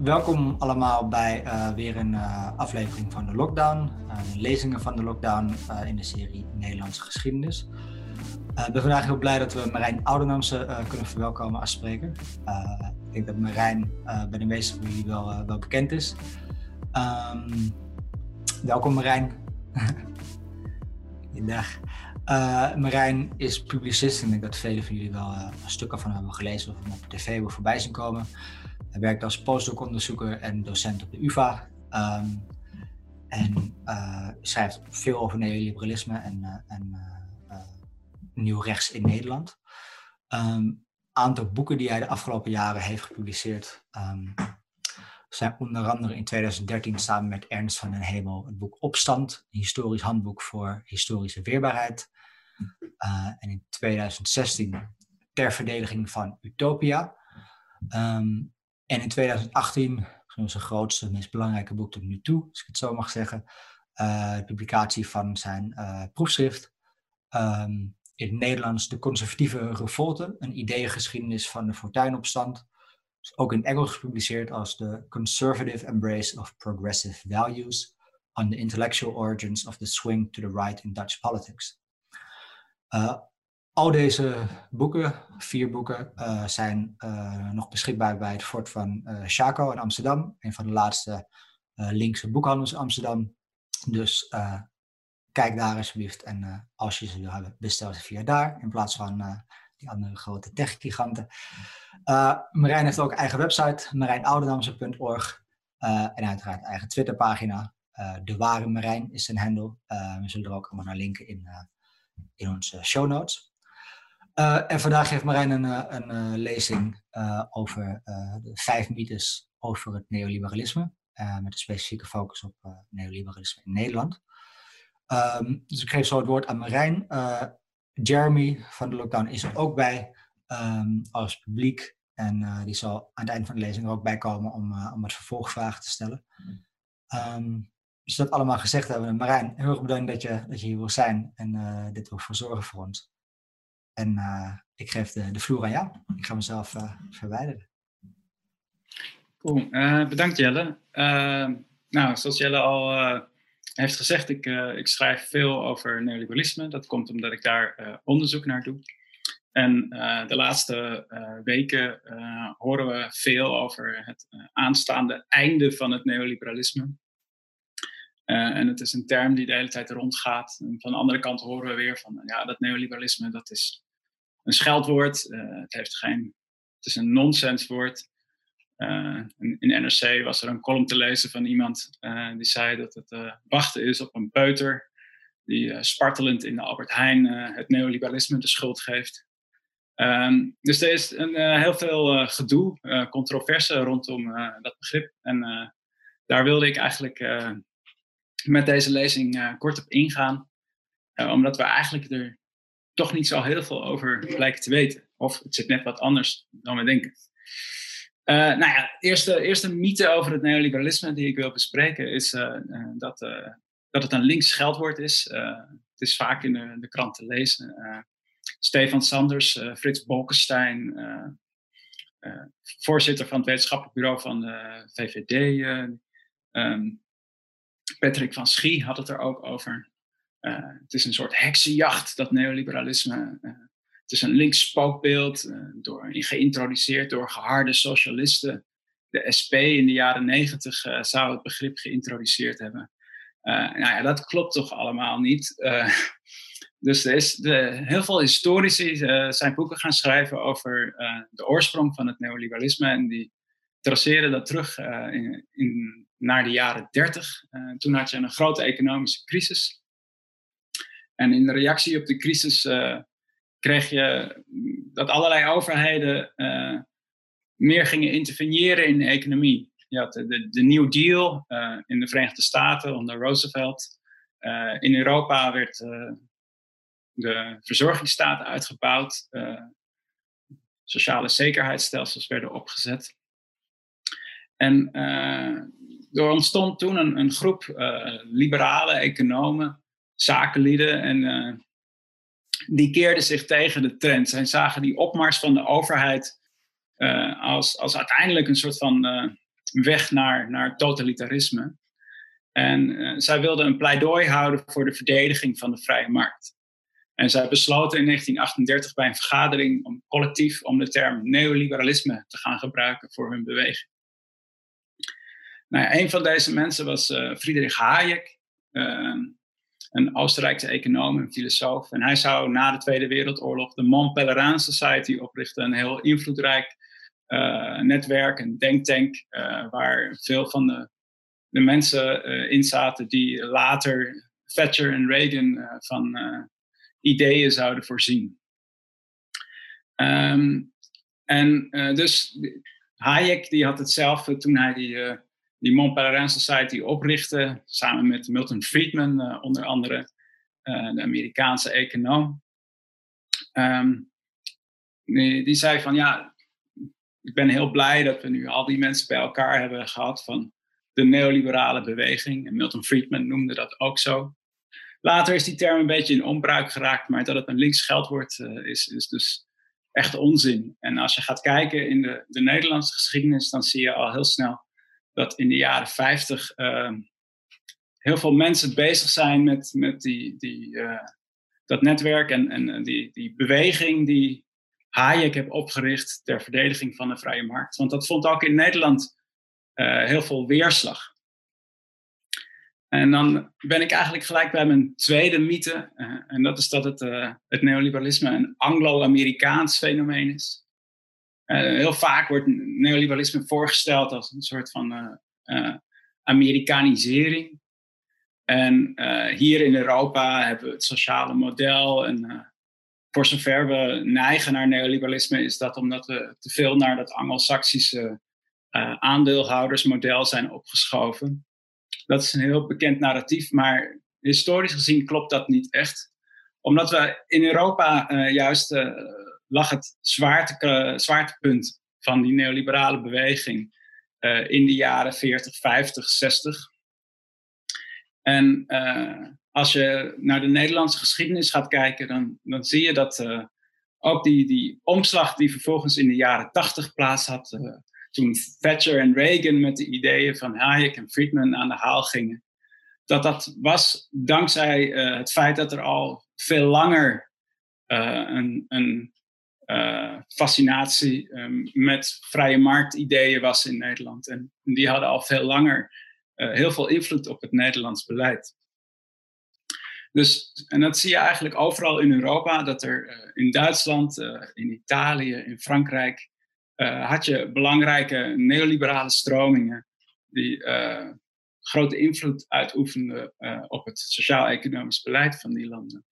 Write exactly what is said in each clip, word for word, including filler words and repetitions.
Welkom allemaal bij uh, weer een uh, aflevering van de Lockdown. Uh, lezingen van de Lockdown uh, in de serie Nederlandse geschiedenis. Uh, ik ben vandaag heel blij dat we Marijn Oudenamse uh, kunnen verwelkomen als spreker. Uh, ik denk dat Marijn uh, bij de meesten van jullie wel, uh, wel bekend is. Um, welkom Marijn. Dag. Uh, Marijn is publicist en ik denk dat velen van jullie wel uh, stukken van hem hebben gelezen of hem op tv hebben voorbij zien komen. Hij werkt als postdoc-onderzoeker en docent op de U vA. Um, en uh, schrijft veel over neoliberalisme en, uh, en uh, uh, nieuw rechts in Nederland. Een um, aantal boeken die hij de afgelopen jaren heeft gepubliceerd um, zijn onder andere in twintig dertien samen met Ernst van den Hemel het boek Opstand, een historisch handboek voor historische weerbaarheid. Uh, en in twintig zestien Ter verdediging van Utopia. Um, En in twintig achttien, zijn grootste, meest belangrijke boek tot nu toe, als ik het zo mag zeggen, uh, de publicatie van zijn uh, proefschrift. Um, in het Nederlands De Conservatieve Revolte, een ideeëngeschiedenis van de Fortuynopstand. Dus ook in het Engels gepubliceerd als The Conservative Embrace of Progressive Values on the Intellectual Origins of the Swing to the Right in Dutch Politics. Uh, Al deze boeken, vier boeken, uh, zijn uh, nog beschikbaar bij het fort van uh, Chaco in Amsterdam. Een van de laatste uh, linkse boekhandels in Amsterdam. Dus uh, kijk daar alsjeblieft. En uh, als je ze wil hebben, bestel ze via daar. In plaats van uh, die andere grote tech-giganten. Uh, Marijn heeft ook een eigen website, marijn oudenamse punt org. Uh, en uiteraard een eigen Twitterpagina. Uh, De Ware Marijn is zijn handle. Uh, we zullen er ook allemaal naar linken in, uh, in onze show notes. Uh, en vandaag heeft Marijn een, een, een lezing uh, over uh, de vijf mythes over het neoliberalisme. Uh, met een specifieke focus op uh, neoliberalisme in Nederland. Um, dus ik geef zo het woord aan Marijn. Uh, Jeremy van de Lockdown is er ook bij um, als publiek. En uh, die zal aan het eind van de lezing er ook bij komen om, uh, om wat vervolgvragen te stellen. Um, dus dat allemaal gezegd hebben. Marijn, heel erg bedankt dat je, dat je hier wil zijn en uh, dit wil verzorgen voor ons. En uh, ik geef de, de vloer aan jou. Ik ga mezelf uh, verwijderen. Cool. Uh, bedankt Jelle. Uh, nou, zoals Jelle al uh, heeft gezegd, ik, uh, ik schrijf veel over neoliberalisme. Dat komt omdat ik daar uh, onderzoek naar doe. En uh, de laatste uh, weken uh, horen we veel over het uh, aanstaande einde van het neoliberalisme. Uh, en het is een term die de hele tijd rondgaat. En van de andere kant horen we weer van, ja, dat neoliberalisme, dat is een scheldwoord. Uh, het heeft geen, het is een nonsenswoord. Uh, in, in N R C was er een column te lezen van iemand uh, die zei dat het uh, wachten is op een peuter die uh, spartelend in de Albert Heijn uh, het neoliberalisme de schuld geeft. Um, dus er is een, uh, heel veel uh, gedoe, uh, controverse rondom uh, dat begrip. En uh, daar wilde ik eigenlijk uh, met deze lezing uh, kort op ingaan. Uh, omdat we eigenlijk er toch niet zo heel veel over blijken te weten. Of het zit net wat anders dan we denken. Uh, nou ja, eerste, eerste mythe over het neoliberalisme die ik wil bespreken is uh, uh, dat, uh, dat het een links scheldwoord is. Uh, het is vaak in de, de krant te lezen. Uh, Stefan Sanders, uh, Frits Bolkestein, uh, uh, voorzitter van het wetenschappelijk bureau van de V V D. Uh, um, Patrick van Schie had het er ook over. Uh, het is een soort heksenjacht, dat neoliberalisme. Uh, het is een links spookbeeld, uh, door, geïntroduceerd door geharde socialisten. De S P in de jaren negentig uh, zou het begrip geïntroduceerd hebben. Uh, nou ja, dat klopt toch allemaal niet. Uh, dus er is de, heel veel historici uh, zijn boeken gaan schrijven over uh, de oorsprong van het neoliberalisme. En die traceren dat terug uh, in, in, naar de jaren dertig. Uh, toen had je een grote economische crisis. En in de reactie op de crisis uh, kreeg je dat allerlei overheden uh, meer gingen interveneren in de economie. Je had de, de, de New Deal uh, in de Verenigde Staten onder Roosevelt. Uh, in Europa werd uh, de verzorgingsstaat uitgebouwd. Uh, sociale zekerheidsstelsels werden opgezet. En uh, er ontstond toen een, een groep uh, liberale economen, zakenlieden. En uh, die keerden zich tegen de trend. En zagen die opmars van de overheid uh, als, als uiteindelijk een soort van uh, weg naar, naar totalitarisme. En uh, zij wilden een pleidooi houden voor de verdediging van de vrije markt. En zij besloten in negentien achtendertig bij een vergadering om collectief om de term neoliberalisme te gaan gebruiken voor hun beweging. Nou ja, een van deze mensen was uh, Friedrich Hayek, uh, een Oostenrijkse econoom en filosoof. En hij zou na de Tweede Wereldoorlog de Mont Pelerin Society oprichten, een heel invloedrijk uh, netwerk, een denktank, uh, waar veel van de, de mensen uh, in zaten die later Thatcher en Reagan uh, van uh, ideeën zouden voorzien. Um, en uh, dus Hayek die had het zelf uh, toen hij die, uh, die Mont Pelerin Society oprichtte, samen met Milton Friedman, uh, onder andere uh, de Amerikaanse econoom. Um, die, die zei van ja, ik ben heel blij dat we nu al die mensen bij elkaar hebben gehad van de neoliberale beweging. En Milton Friedman noemde dat ook zo. Later is die term een beetje in onbruik geraakt, maar dat het een links scheldwoord uh, is, is dus echt onzin. En als je gaat kijken in de, de Nederlandse geschiedenis, dan zie je al heel snel dat in de jaren vijftig uh, heel veel mensen bezig zijn met, met die, die, uh, dat netwerk en, en die, die beweging die Hayek heeft opgericht ter verdediging van de vrije markt. Want dat vond ook in Nederland uh, heel veel weerslag. En dan ben ik eigenlijk gelijk bij mijn tweede mythe. Uh, en dat is dat het, uh, het neoliberalisme een Anglo-Amerikaans fenomeen is. Uh, heel vaak wordt neoliberalisme voorgesteld als een soort van uh, uh, Amerikanisering. En uh, hier in Europa hebben we het sociale model. En uh, voor zover we neigen naar neoliberalisme is dat omdat we te veel naar dat Anglo-Saxische uh, aandeelhoudersmodel zijn opgeschoven. Dat is een heel bekend narratief, maar historisch gezien klopt dat niet echt. Omdat we in Europa uh, juist uh, lag het zwaarte, uh, zwaartepunt van die neoliberale beweging uh, in de jaren veertig, vijftig, zestig. En uh, als je naar de Nederlandse geschiedenis gaat kijken, dan, dan zie je dat uh, ook die, die omslag die vervolgens in de jaren tachtig plaats had, uh, toen Thatcher en Reagan met de ideeën van Hayek en Friedman aan de haal gingen, dat dat was dankzij uh, het feit dat er al veel langer uh, een, een uh, fascinatie um, met vrije marktideeën was in Nederland. En die hadden al veel langer uh, heel veel invloed op het Nederlands beleid. Dus, en dat zie je eigenlijk overal in Europa, dat er uh, in Duitsland, uh, in Italië, in Frankrijk, Uh, had je belangrijke neoliberale stromingen die uh, grote invloed uitoefenden uh, op het sociaal-economisch beleid van die landen.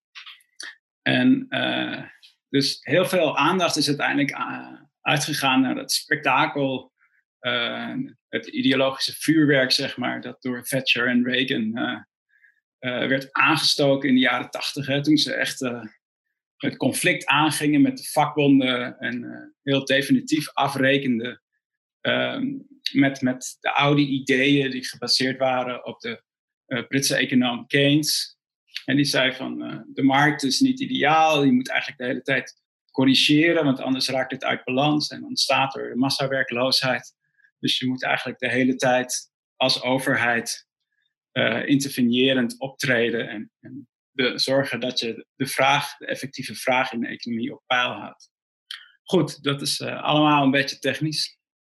En uh, dus heel veel aandacht is uiteindelijk uh, uitgegaan naar het spektakel, uh, het ideologische vuurwerk, zeg maar, dat door Thatcher en Reagan uh, uh, werd aangestoken in de jaren tachtig, hè, toen ze echt Uh, het conflict aangingen met de vakbonden en uh, heel definitief afrekenden uh, met, met de oude ideeën die gebaseerd waren op de uh, Britse econoom Keynes. En die zei van uh, de markt is niet ideaal, je moet eigenlijk de hele tijd corrigeren, want anders raakt het uit balans en ontstaat er massawerkloosheid. Dus je moet eigenlijk de hele tijd als overheid uh, intervenerend optreden en, en de, zorgen dat je de vraag, de effectieve vraag in de economie op peil houdt. Goed, dat is uh, allemaal een beetje technisch.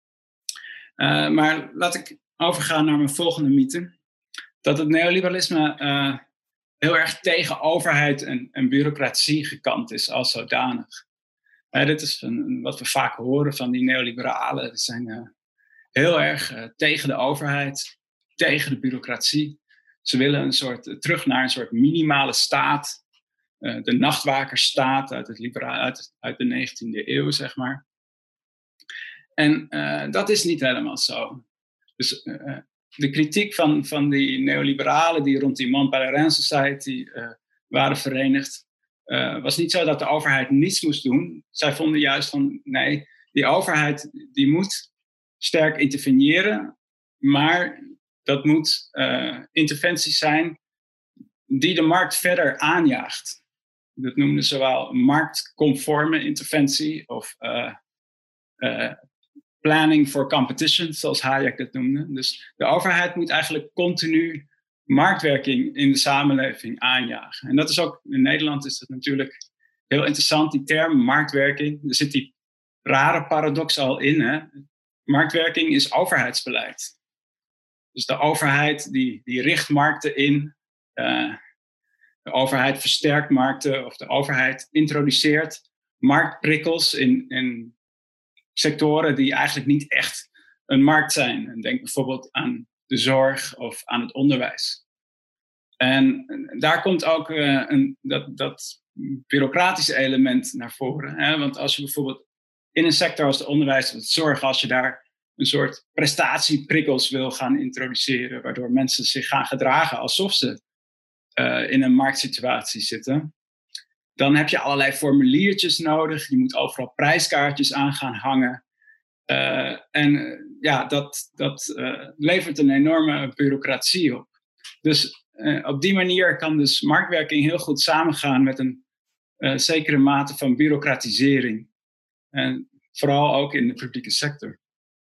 Uh, maar laat ik overgaan naar mijn volgende mythe. Dat het neoliberalisme uh, heel erg tegen overheid en, en bureaucratie gekant is als zodanig. Uh, dit is een, wat we vaak horen van die neoliberalen. Die zijn uh, heel erg uh, tegen de overheid, tegen de bureaucratie. Ze willen een soort, uh, terug naar een soort minimale staat. Uh, de nachtwakersstaat uit, het libera- uit, uit de negentiende eeuw, zeg maar. En uh, dat is niet helemaal zo. Dus uh, de kritiek van, van die neoliberalen die rond die Mont Pelerin Society uh, waren verenigd, uh, was niet zo dat de overheid niets moest doen. Zij vonden juist van, nee, die overheid die moet sterk interveneren, maar dat moet uh, interventies zijn die de markt verder aanjaagt. Dat noemden ze wel marktconforme interventie of uh, uh, planning for competition, zoals Hayek het noemde. Dus de overheid moet eigenlijk continu marktwerking in de samenleving aanjagen. En dat is ook, in Nederland is dat natuurlijk heel interessant, die term marktwerking. Er zit die rare paradox al in. Hè? Marktwerking is overheidsbeleid. Dus de overheid die, die richt markten in, uh, de overheid versterkt markten of de overheid introduceert marktprikkels in, in sectoren die eigenlijk niet echt een markt zijn. En denk bijvoorbeeld aan de zorg of aan het onderwijs. En daar komt ook uh, een, dat, dat bureaucratische element naar voren. Hè? Want als je bijvoorbeeld in een sector als de onderwijs of de zorg, als je daar een soort prestatieprikkels wil gaan introduceren, waardoor mensen zich gaan gedragen alsof ze uh, in een marktsituatie zitten, dan heb je allerlei formuliertjes nodig. Je moet overal prijskaartjes aan gaan hangen. Uh, en uh, ja, dat, dat uh, levert een enorme bureaucratie op. Dus uh, op die manier kan dus marktwerking heel goed samengaan met een uh, zekere mate van bureaucratisering. En vooral ook in de publieke sector.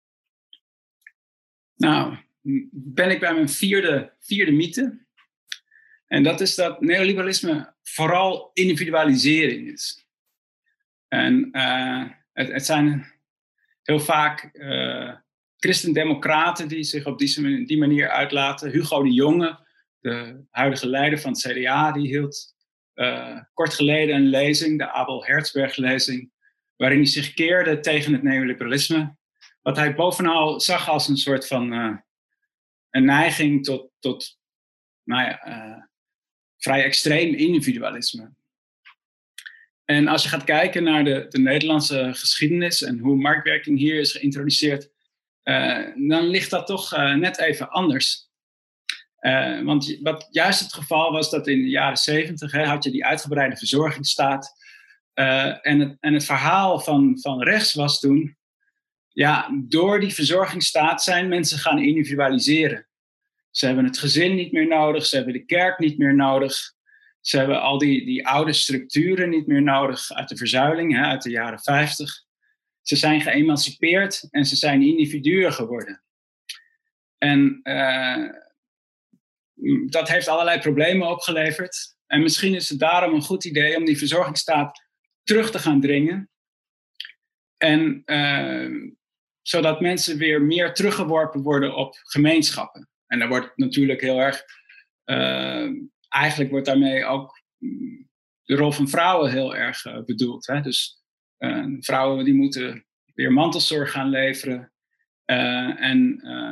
Nou, ben ik bij mijn vierde, vierde mythe. En dat is dat neoliberalisme vooral individualisering is. En uh, het, het zijn heel vaak uh, christendemocraten die zich op die, die manier uitlaten. Hugo de Jonge, de huidige leider van het C D A, die hield uh, kort geleden een lezing, de Abel Herzberg-lezing, waarin hij zich keerde tegen het neoliberalisme. Wat hij bovenal zag als een soort van uh, een neiging tot, tot nou ja, uh, vrij extreem individualisme. En als je gaat kijken naar de, de Nederlandse geschiedenis en hoe marktwerking hier is geïntroduceerd, uh, dan ligt dat toch uh, net even anders. Uh, want wat juist het geval was dat in de jaren zeventig had je die uitgebreide verzorgingsstaat. Uh, en, het, en het verhaal van, van rechts was toen, ja, door die verzorgingsstaat zijn mensen gaan individualiseren. Ze hebben het gezin niet meer nodig, ze hebben de kerk niet meer nodig. Ze hebben al die, die oude structuren niet meer nodig uit de verzuiling, hè, uit de jaren vijftig. Ze zijn geëmancipeerd en ze zijn individuen geworden. En uh, dat heeft allerlei problemen opgeleverd. En misschien is het daarom een goed idee om die verzorgingsstaat terug te gaan dringen. En uh, zodat mensen weer meer teruggeworpen worden op gemeenschappen. En daar wordt natuurlijk heel erg... Uh, eigenlijk wordt daarmee ook de rol van vrouwen heel erg uh, bedoeld. Hè? Dus uh, vrouwen die moeten weer mantelzorg gaan leveren. Uh, en uh,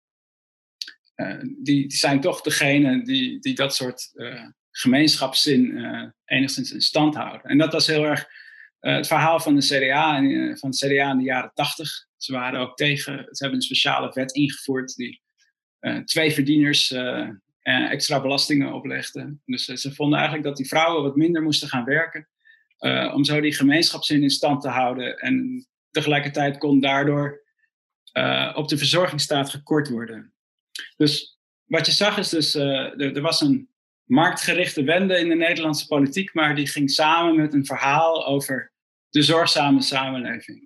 uh, die, die zijn toch degene die, die dat soort uh, gemeenschapszin uh, enigszins in stand houden. En dat was heel erg uh, het verhaal van de C D A, uh, van het C D A in de jaren tachtig. Ze waren ook tegen, ze hebben een speciale wet ingevoerd die uh, twee verdieners uh, uh, extra belastingen oplegde. Dus uh, ze vonden eigenlijk dat die vrouwen wat minder moesten gaan werken, uh, om zo die gemeenschapszin in stand te houden. En tegelijkertijd kon daardoor uh, op de verzorgingsstaat gekort worden. Dus wat je zag is dus, uh, er, er was een marktgerichte wende in de Nederlandse politiek, maar die ging samen met een verhaal over de zorgzame samenleving.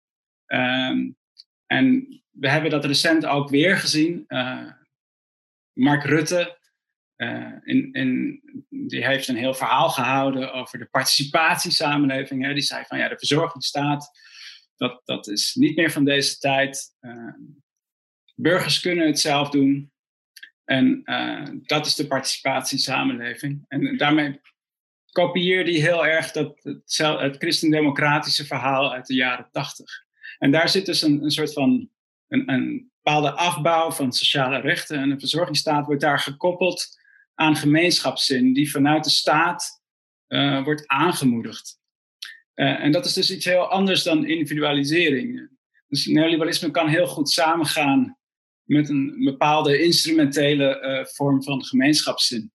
Um, en we hebben dat recent ook weer gezien. Uh, Mark Rutte, uh, in, in, die heeft een heel verhaal gehouden over de participatiesamenleving. Hè. Die zei van ja, de verzorgingsstaat, dat, dat is niet meer van deze tijd. Uh, burgers kunnen het zelf doen. En uh, dat is de participatiesamenleving. En daarmee kopieerde hij heel erg dat, het, het christendemocratische verhaal uit de jaren tachtig. En daar zit dus een, een soort van een, een bepaalde afbouw van sociale rechten. En een verzorgingsstaat wordt daar gekoppeld aan gemeenschapszin die vanuit de staat uh, wordt aangemoedigd. Uh, en dat is dus iets heel anders dan individualisering. Dus neoliberalisme kan heel goed samengaan met een bepaalde instrumentele uh, vorm van gemeenschapszin.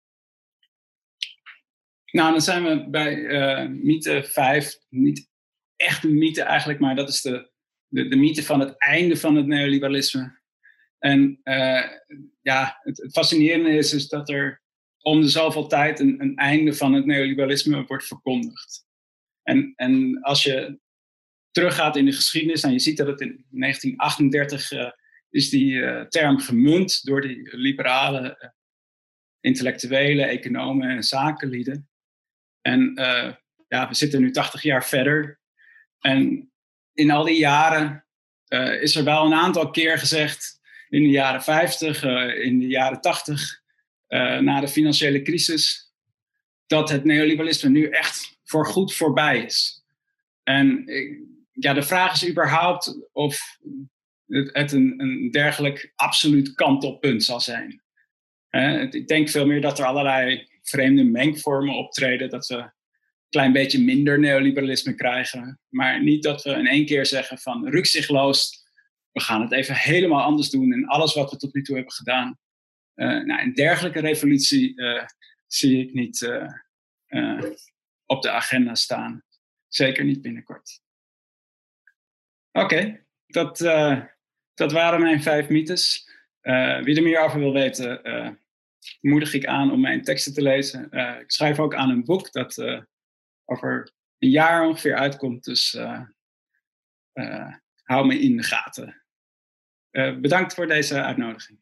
Nou, dan zijn we bij uh, mythe vijf. Niet echt een mythe eigenlijk, maar dat is de, de, de mythe van het einde van het neoliberalisme. En uh, ja, het, het fascinerende is, is dat er om de zoveel tijd een, een einde van het neoliberalisme wordt verkondigd. En, en als je teruggaat in de geschiedenis. En je ziet dat het in negentien achtendertig uh, is die uh, term gemunt door die liberale uh, intellectuelen, economen en zakenlieden. En uh, ja, we zitten nu tachtig jaar verder. En in al die jaren uh, is er wel een aantal keer gezegd, in de jaren vijftig, uh, in de jaren tachtig, uh, na de financiële crisis, dat het neoliberalisme nu echt voorgoed voorbij is. En ja, de vraag is überhaupt of het, het een, een dergelijk absoluut kantelpunt zal zijn. Uh, ik denk veel meer dat er allerlei vreemde mengvormen optreden, dat we een klein beetje minder neoliberalisme krijgen, maar niet dat we in één keer zeggen van rukzichtloos, we gaan het even helemaal anders doen en alles wat we tot nu toe hebben gedaan. Uh, nou, een dergelijke revolutie uh, zie ik niet uh, uh, op de agenda staan. Zeker niet binnenkort. Oké, okay, dat, uh, dat waren mijn vijf mythes. Uh, wie er meer over wil weten, uh, moedig ik aan om mijn teksten te lezen. Uh, ik schrijf ook aan een boek dat uh, over een jaar ongeveer uitkomt. Dus uh, uh, hou me in de gaten. Uh, bedankt voor deze uitnodiging.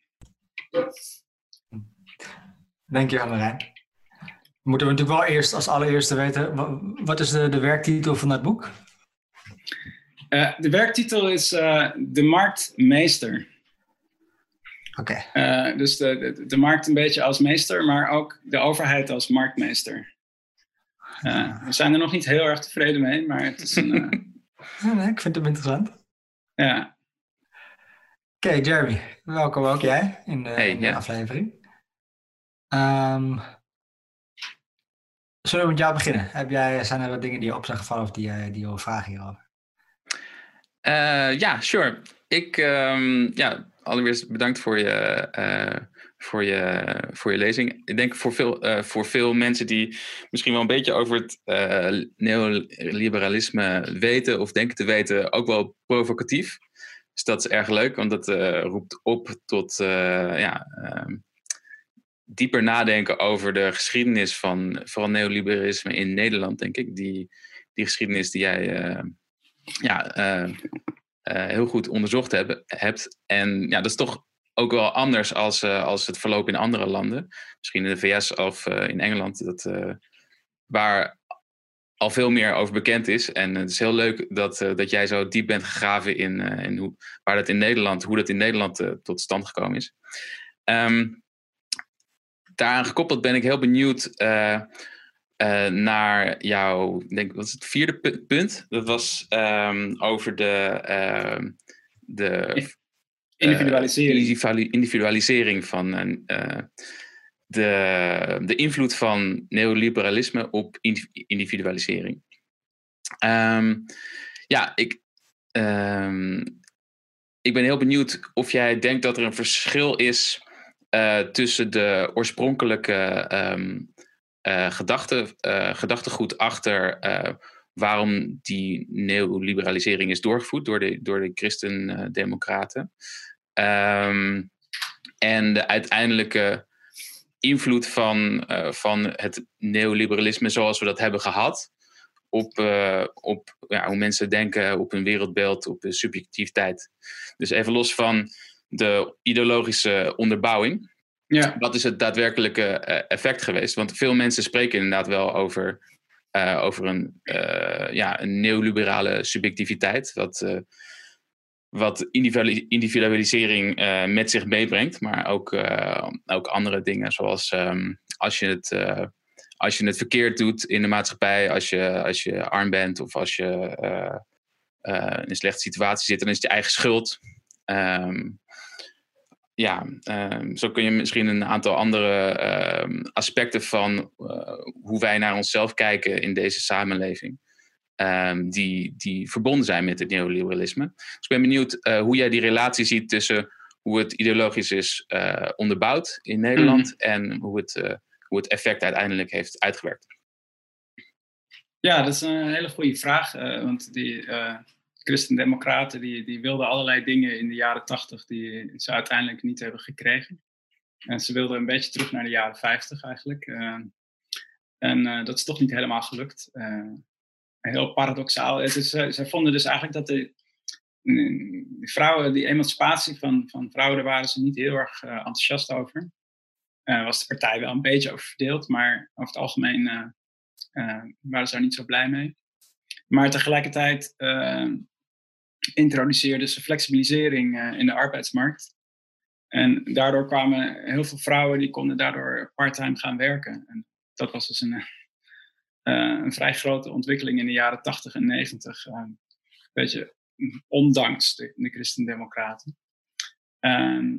Dankjewel, Marijn. Moeten we natuurlijk wel eerst als allereerste weten, wat is de, de werktitel van dat boek? Uh, de werktitel is uh, De Marktmeester. Oké. Okay. Uh, dus de, de, de markt een beetje als meester, maar ook de overheid als marktmeester. Uh, we zijn er nog niet heel erg tevreden mee, maar het is een... Uh... ja, nee, ik vind het interessant. Ja. Oké, okay, Jeremy, welkom ook jij in de, hey, in de yeah. aflevering. Um, zullen we met jou beginnen? Heb jij, zijn er wat dingen die je op zijn gevallen of die, die je wil vragen hierover? Uh, ja, sure. Ik, um, ja, allereerst bedankt voor je, uh, voor je, voor je lezing. Ik denk voor veel, uh, voor veel mensen die misschien wel een beetje over het uh, neoliberalisme weten of denken te weten, ook wel provocatief. Dus dat is erg leuk, want dat uh, roept op tot uh, ja, uh, dieper nadenken over de geschiedenis van vooral neoliberalisme in Nederland, denk ik. Die, die geschiedenis die jij uh, ja, uh, uh, heel goed onderzocht heb, hebt. En ja, dat is toch ook wel anders als, uh, als het verloop in andere landen. Misschien in de V S of uh, in Engeland, dat, uh, waar al veel meer over bekend is. En het is heel leuk dat, uh, dat jij zo diep bent gegraven in, uh, in hoe, waar dat in Nederland, hoe dat in Nederland uh, tot stand gekomen is. Um, daaraan gekoppeld ben ik heel benieuwd uh, uh, naar jouw, denk, wat is het vierde punt? Dat was um, over de, uh, de individualisering. Uh, individualisering van uh, de, de invloed van neoliberalisme op individualisering. Um, ja, ik, um, ik ben heel benieuwd of jij denkt dat er een verschil is uh, tussen de oorspronkelijke um, uh, gedachte, uh, gedachtegoed achter uh, waarom die neoliberalisering is doorgevoerd door de, door de christendemocraten. Um, en de uiteindelijke invloed van, uh, van het neoliberalisme zoals we dat hebben gehad op, uh, op ja, hoe mensen denken, op hun wereldbeeld, op hun subjectiviteit. Dus even los van de ideologische onderbouwing. Ja. Wat is het daadwerkelijke uh, effect geweest? Want veel mensen spreken inderdaad wel over, uh, over een, uh, ja, een neoliberale subjectiviteit, wat... Uh, wat individualisering uh, met zich meebrengt, maar ook, uh, ook andere dingen, zoals um, als, je het, uh, als je het verkeerd doet in de maatschappij, als je, als je arm bent of als je uh, uh, in een slechte situatie zit, dan is het je eigen schuld. Um, ja, um, zo kun je misschien een aantal andere uh, aspecten van uh, hoe wij naar onszelf kijken in deze samenleving. Um, die, die verbonden zijn met het neoliberalisme. Dus ik ben benieuwd uh, hoe jij die relatie ziet tussen hoe het ideologisch is uh, onderbouwd in Nederland mm. en hoe het, uh, hoe het effect uiteindelijk heeft uitgewerkt. Ja, dat is een hele goede vraag. Uh, want die uh, christendemocraten die, die wilden allerlei dingen in de jaren tachtig die ze uiteindelijk niet hebben gekregen. En ze wilden een beetje terug naar de jaren vijftig eigenlijk. Uh, en uh, dat is toch niet helemaal gelukt. Uh, heel paradoxaal. Het is, uh, zij vonden dus eigenlijk dat de, de vrouwen, die emancipatie van, van vrouwen, daar waren ze niet heel erg uh, enthousiast over. Uh, was de partij wel een beetje over verdeeld, maar over het algemeen uh, uh, waren ze daar niet zo blij mee. Maar tegelijkertijd uh, introduceerden ze flexibilisering uh, in de arbeidsmarkt. En daardoor kwamen heel veel vrouwen, die konden daardoor parttime gaan werken. En dat was dus een, uh, een vrij grote ontwikkeling in de jaren tachtig en negentig. Uh, een beetje ondanks de, de Christendemocraten. Uh,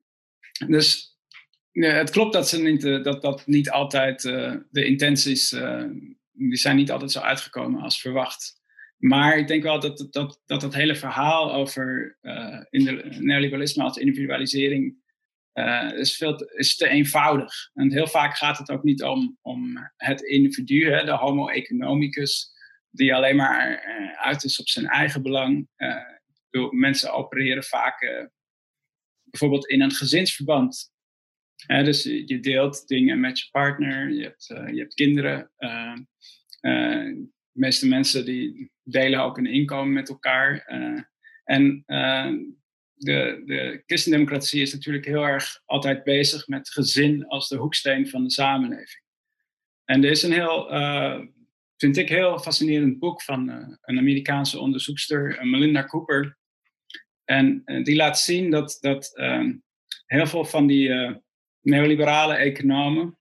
dus ja, het klopt dat, ze niet, uh, dat dat niet altijd uh, de intenties, uh, die zijn niet altijd zo uitgekomen als verwacht. Maar ik denk wel dat dat, dat, dat, dat hele verhaal over uh, in de neoliberalisme als individualisering uh, is, veel te, is te eenvoudig. En heel vaak gaat het ook niet om, om het individu, hè, de homo economicus, die alleen maar uh, uit is op zijn eigen belang. Uh, bedoel, mensen opereren vaak uh, bijvoorbeeld in een gezinsverband. Uh, dus je deelt dingen met je partner, je hebt, uh, je hebt kinderen. Uh, uh, de meeste mensen die delen ook een inkomen met elkaar. Uh, en uh, de, de christendemocratie is natuurlijk heel erg altijd bezig met gezin als de hoeksteen van de samenleving. En er is een heel, uh, vind ik, heel fascinerend boek van uh, een Amerikaanse onderzoekster, uh, Melinda Cooper. En uh, die laat zien dat, dat uh, heel veel van die uh, neoliberale economen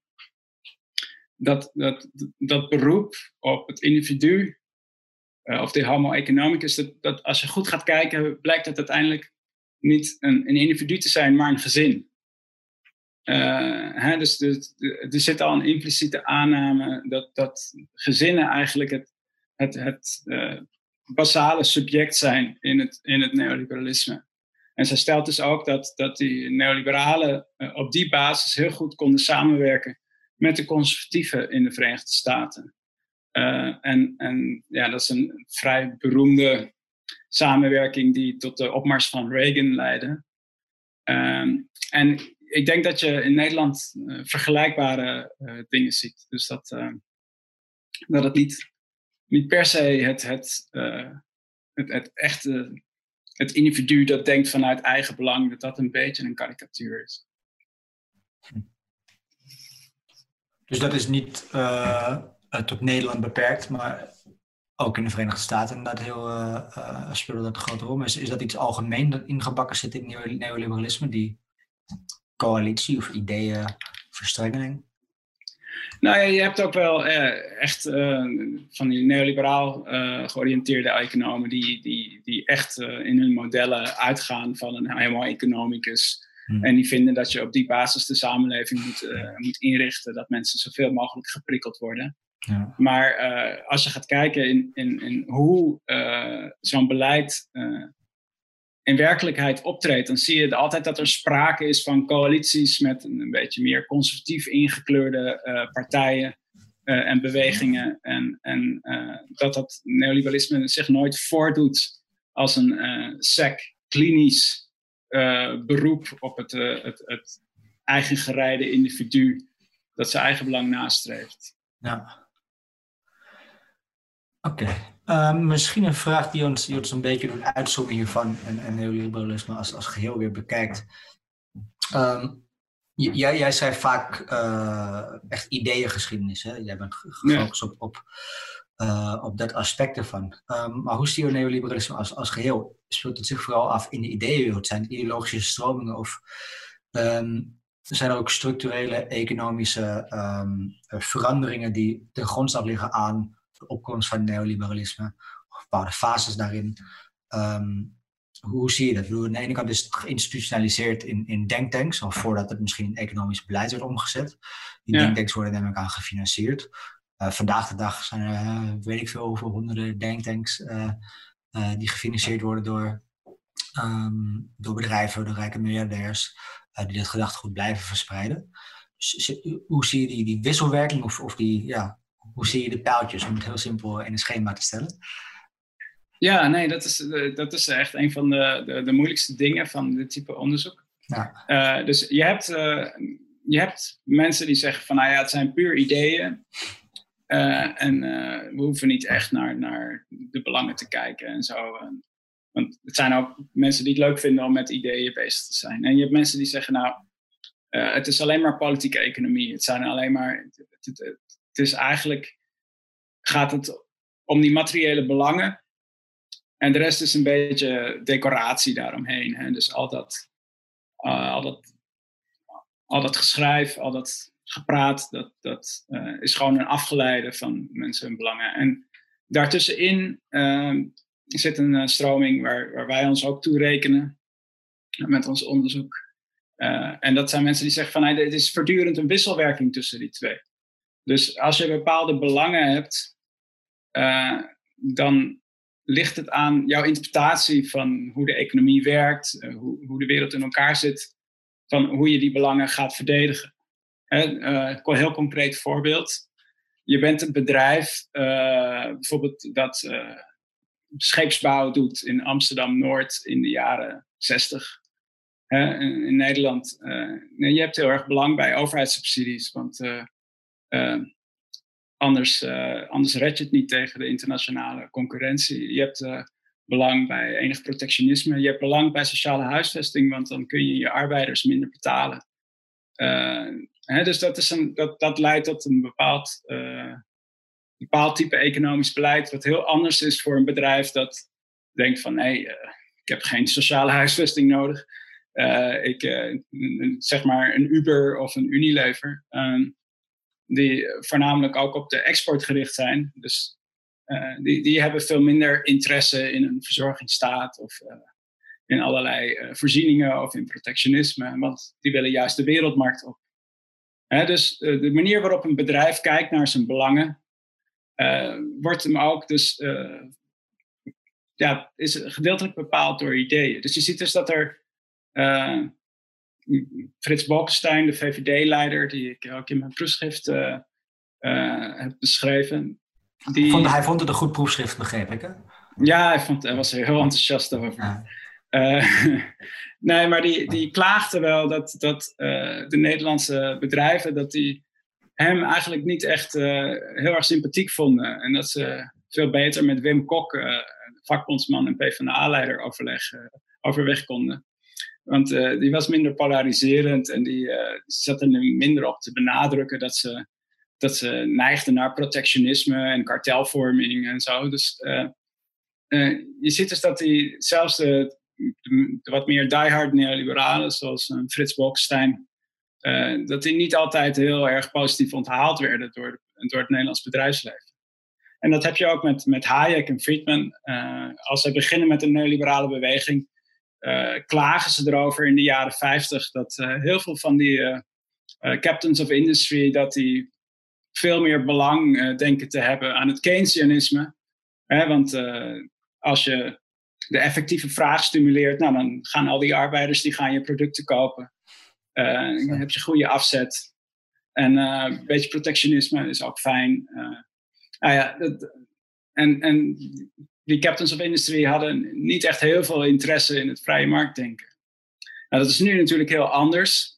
Dat, dat, dat beroep op het individu, uh, of de homo economicus, dat, dat als je goed gaat kijken, blijkt het uiteindelijk niet een, een individu te zijn, maar een gezin. Uh, hè, dus dus er zit al een impliciete aanname dat, dat gezinnen eigenlijk het, het, het uh, basale subject zijn in het, in het neoliberalisme. En zij stelt dus ook dat, dat die neoliberalen uh, op die basis heel goed konden samenwerken met de conservatieven in de Verenigde Staten. Uh, en, en ja, dat is een vrij beroemde samenwerking die tot de opmars van Reagan leidde. Uh, en ik denk dat je in Nederland uh, vergelijkbare uh, dingen ziet. Dus dat, uh, dat het niet, niet per se het, het, uh, het, het echte het individu dat denkt vanuit eigen belang, dat dat een beetje een karikatuur is. Dus dat is niet uh, tot Nederland beperkt, maar ook in de Verenigde Staten inderdaad heel uh, uh, speelt dat een grote rol. Is, is dat iets algemeen dat ingebakken zit in neoliberalisme, die coalitie of ideeënverstrengeling? Nou ja, je hebt ook wel eh, echt uh, van die neoliberaal uh, georiënteerde economen die, die, die echt uh, in hun modellen uitgaan van een homo economicus. Hmm. En die vinden dat je op die basis de samenleving moet, uh, moet inrichten, dat mensen zoveel mogelijk geprikkeld worden. Ja. Maar uh, als je gaat kijken in, in, in hoe uh, zo'n beleid uh, in werkelijkheid optreedt, dan zie je altijd dat er sprake is van coalities met een, een beetje meer conservatief ingekleurde uh, partijen uh, en bewegingen. En, en uh, dat dat neoliberalisme zich nooit voordoet als een uh, sec, klinisch uh, beroep op het, uh, het, het eigengereide individu dat zijn eigen belang nastreeft. Ja. Oké. Okay. Uh, misschien een vraag die ons, die ons een beetje doet uitzoomen hiervan en, en neoliberalisme als, als geheel weer bekijkt. Um, j- jij, jij schrijft vaak uh, echt ideeëngeschiedenis, hè? Jij bent gefocust ja. op, op, uh, op dat aspect ervan. Um, maar hoe zie je neoliberalisme als, als geheel? Speelt het zich vooral af in de ideeënwereld? Zijn het ideologische stromingen of um, zijn er ook structurele economische um, veranderingen die ten grondslag liggen aan de opkomst van neoliberalisme, of bepaalde fases daarin. Um, hoe zie je dat? Bedoel, aan de ene kant is het geïnstitutionaliseerd in, in denktanks, al voordat het misschien in economisch beleid wordt omgezet. Die ja. denktanks worden namelijk aan gefinancierd. Uh, vandaag de dag zijn er, uh, weet ik veel, hoeveel honderden denktanks uh, uh, die gefinancierd worden door, um, door bedrijven, door rijke miljardairs, uh, die dat gedachtegoed blijven verspreiden. Dus, hoe zie je die, die wisselwerking of, of die, ja, hoe zie je de pijltjes, om het heel simpel in een schema te stellen? Ja, nee, dat is, dat is echt een van de, de, de moeilijkste dingen van dit type onderzoek. Ja. Uh, dus je hebt, uh, je hebt mensen die zeggen van, nou ja, het zijn puur ideeën. Uh, en uh, we hoeven niet echt naar, naar de belangen te kijken en zo. En, want het zijn ook mensen die het leuk vinden om met ideeën bezig te zijn. En je hebt mensen die zeggen, nou, uh, het is alleen maar politieke economie. Het zijn alleen maar, het, het, het, het is eigenlijk, gaat het om die materiële belangen. En de rest is een beetje decoratie daaromheen. Hè? Dus al dat, uh, al dat, al dat geschrijf, al dat gepraat, dat, dat uh, is gewoon een afgeleide van mensen hun belangen. En daartussenin uh, zit een uh, stroming waar, waar wij ons ook toe rekenen met ons onderzoek. Uh, en dat zijn mensen die zeggen van, hey, het is voortdurend een wisselwerking tussen die twee. Dus als je bepaalde belangen hebt, uh, dan ligt het aan jouw interpretatie van hoe de economie werkt, uh, hoe, hoe de wereld in elkaar zit, van hoe je die belangen gaat verdedigen. He, uh, een heel concreet voorbeeld. Je bent een bedrijf, uh, bijvoorbeeld dat uh, scheepsbouw doet in Amsterdam-Noord in de jaren zestig. He, in, in Nederland. Uh, je hebt heel erg belang bij overheidssubsidies, want uh, uh, anders, uh, anders red je het niet tegen de internationale concurrentie. Je hebt uh, belang bij enig protectionisme. Je hebt belang bij sociale huisvesting, want dan kun je je arbeiders minder betalen. Uh, He, dus dat, is een, dat, dat leidt tot een bepaald, uh, bepaald type economisch beleid, wat heel anders is voor een bedrijf dat denkt van, nee, uh, ik heb geen sociale huisvesting nodig. Uh, ik, uh, zeg maar een Uber of een Unilever, uh, die voornamelijk ook op de export gericht zijn. Dus uh, die, die hebben veel minder interesse in een verzorgingsstaat of uh, in allerlei uh, voorzieningen of in protectionisme, want die willen juist de wereldmarkt op. He, dus uh, de manier waarop een bedrijf kijkt naar zijn belangen, uh, wordt hem ook dus, uh, ja, is gedeeltelijk bepaald door ideeën. Dus je ziet dus dat er uh, Frits Bolkestein, de V V D-leider, die ik ook in mijn proefschrift uh, uh, heb beschreven. Die, vond, hij vond het een goed proefschrift, begreep ik, hè? Ja, hij, vond, hij was er heel enthousiast over. Ja. Uh, nee, maar die, die klaagde wel dat, dat uh, de Nederlandse bedrijven dat die hem eigenlijk niet echt uh, heel erg sympathiek vonden. En dat ze veel beter met Wim Kok, uh, vakbondsman en PvdA-leider, overleg, uh, overweg konden. Want uh, die was minder polariserend en die, uh, die zat er minder op te benadrukken dat ze, dat ze neigden naar protectionisme en kartelvorming en zo. Dus uh, uh, je ziet dus dat die zelfs de De, de wat meer diehard neoliberalen, zoals uh, Frits Bolkestein, uh, dat die niet altijd heel erg positief onthaald werden door, de, door het Nederlands bedrijfsleven. En dat heb je ook met, met Hayek en Friedman. Uh, als zij beginnen met een neoliberale beweging, uh, klagen ze erover in de jaren vijftig dat uh, heel veel van die uh, uh, captains of industry, dat die veel meer belang uh, denken te hebben aan het Keynesianisme. Hè, want uh, als je de effectieve vraag stimuleert, nou, dan gaan al die arbeiders die gaan je producten kopen. Uh, dan heb je goede afzet. En uh, een beetje protectionisme is ook fijn. Uh, nou ja, dat, en, en die captains of industry hadden niet echt heel veel interesse in het vrije marktdenken. Nou, dat is nu natuurlijk heel anders.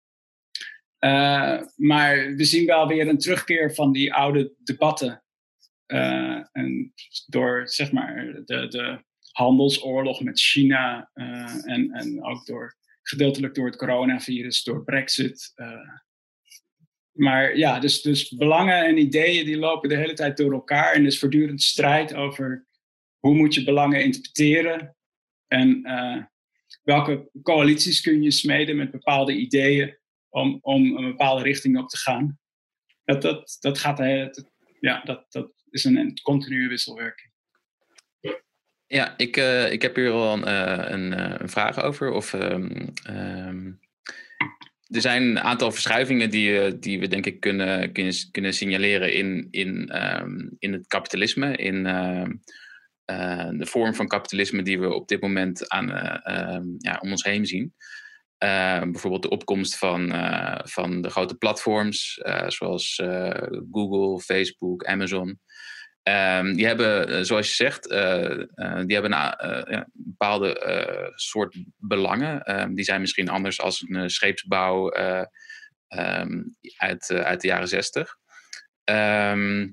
Uh, maar we zien wel weer een terugkeer van die oude debatten. Uh, en door, zeg maar, de... de handelsoorlog met China uh, en, en ook door, gedeeltelijk door het coronavirus, door Brexit. Uh. Maar ja, dus, dus belangen en ideeën die lopen de hele tijd door elkaar en er is voortdurend strijd over hoe moet je belangen interpreteren en uh, welke coalities kun je smeden met bepaalde ideeën om, om een bepaalde richting op te gaan. Dat, dat, dat, gaat, dat, ja, dat, dat is een, een continue wisselwerking. Ja, ik, uh, ik heb hier wel een, uh, een, uh, een vraag over. Of, um, um, er zijn een aantal verschuivingen die, uh, die we denk ik kunnen, kunnen, kunnen signaleren in, in, um, in het kapitalisme. In uh, uh, de vorm van kapitalisme die we op dit moment aan, uh, um, ja, om ons heen zien. Uh, bijvoorbeeld de opkomst van, uh, van de grote platforms, uh, zoals uh, Google, Facebook, Amazon. Um, die hebben, zoals je zegt, uh, uh, die hebben een uh, ja, bepaalde uh, soort belangen. Um, die zijn misschien anders als een uh, scheepsbouw uh, um, uit, uh, uit de jaren zestig. Um,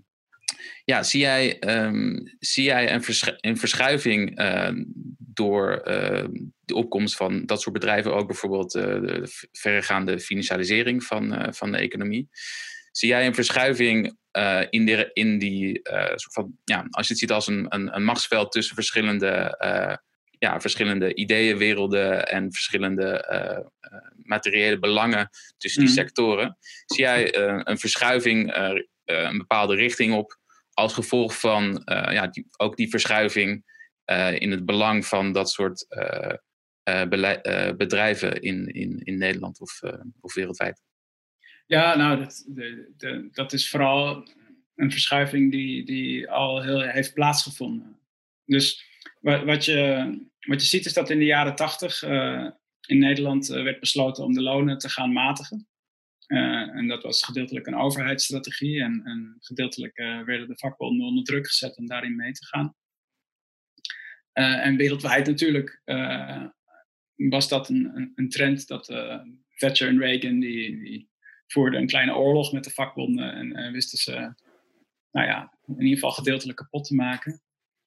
ja, zie jij, um, zie jij een, vers- een verschuiving uh, door uh, de opkomst van dat soort bedrijven, ook bijvoorbeeld uh, de verregaande financialisering van, uh, van de economie? Zie jij een verschuiving uh, in, de, in die, uh, soort van, ja, als je het ziet als een, een, een machtsveld tussen verschillende, uh, ja, verschillende ideeënwerelden en verschillende uh, uh, materiële belangen tussen die mm. sectoren? Zie jij uh, een verschuiving, uh, uh, een bepaalde richting op, als gevolg van uh, ja, die, ook die verschuiving uh, in het belang van dat soort uh, uh, beleid, uh, bedrijven in, in, in Nederland of, uh, of wereldwijd? Ja, nou, dat, de, de, dat is vooral een verschuiving die, die al heel heeft plaatsgevonden. Dus wat, wat, je, wat je ziet is dat in de jaren tachtig uh, in Nederland uh, werd besloten om de lonen te gaan matigen. Uh, en dat was gedeeltelijk een overheidsstrategie en, en gedeeltelijk uh, werden de vakbonden onder druk gezet om daarin mee te gaan. Uh, en wereldwijd natuurlijk uh, was dat een, een, een trend dat uh, Thatcher en Reagan die, die voerden een kleine oorlog met de vakbonden en uh, wisten ze, nou ja, in ieder geval gedeeltelijk kapot te maken.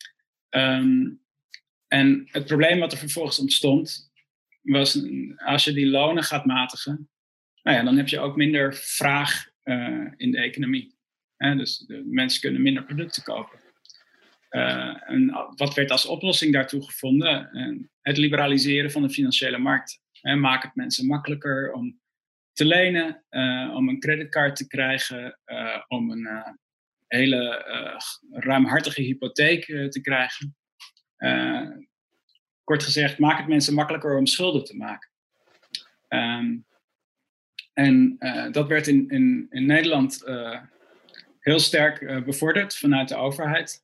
Um, en het probleem wat er vervolgens ontstond was, als je die lonen gaat matigen, nou ja, dan heb je ook minder vraag uh, in de economie. Hè? Dus de mensen kunnen minder producten kopen. Uh, en wat werd als oplossing daartoe gevonden? Uh, het liberaliseren van de financiële markt. Hè? Maak het mensen makkelijker om te lenen, uh, om een creditcard te krijgen, uh, om een uh, hele uh, ruimhartige hypotheek uh, te krijgen. Uh, kort gezegd, maak het mensen makkelijker om schulden te maken. Um, En uh, dat werd in, in, in Nederland uh, heel sterk uh, bevorderd vanuit de overheid.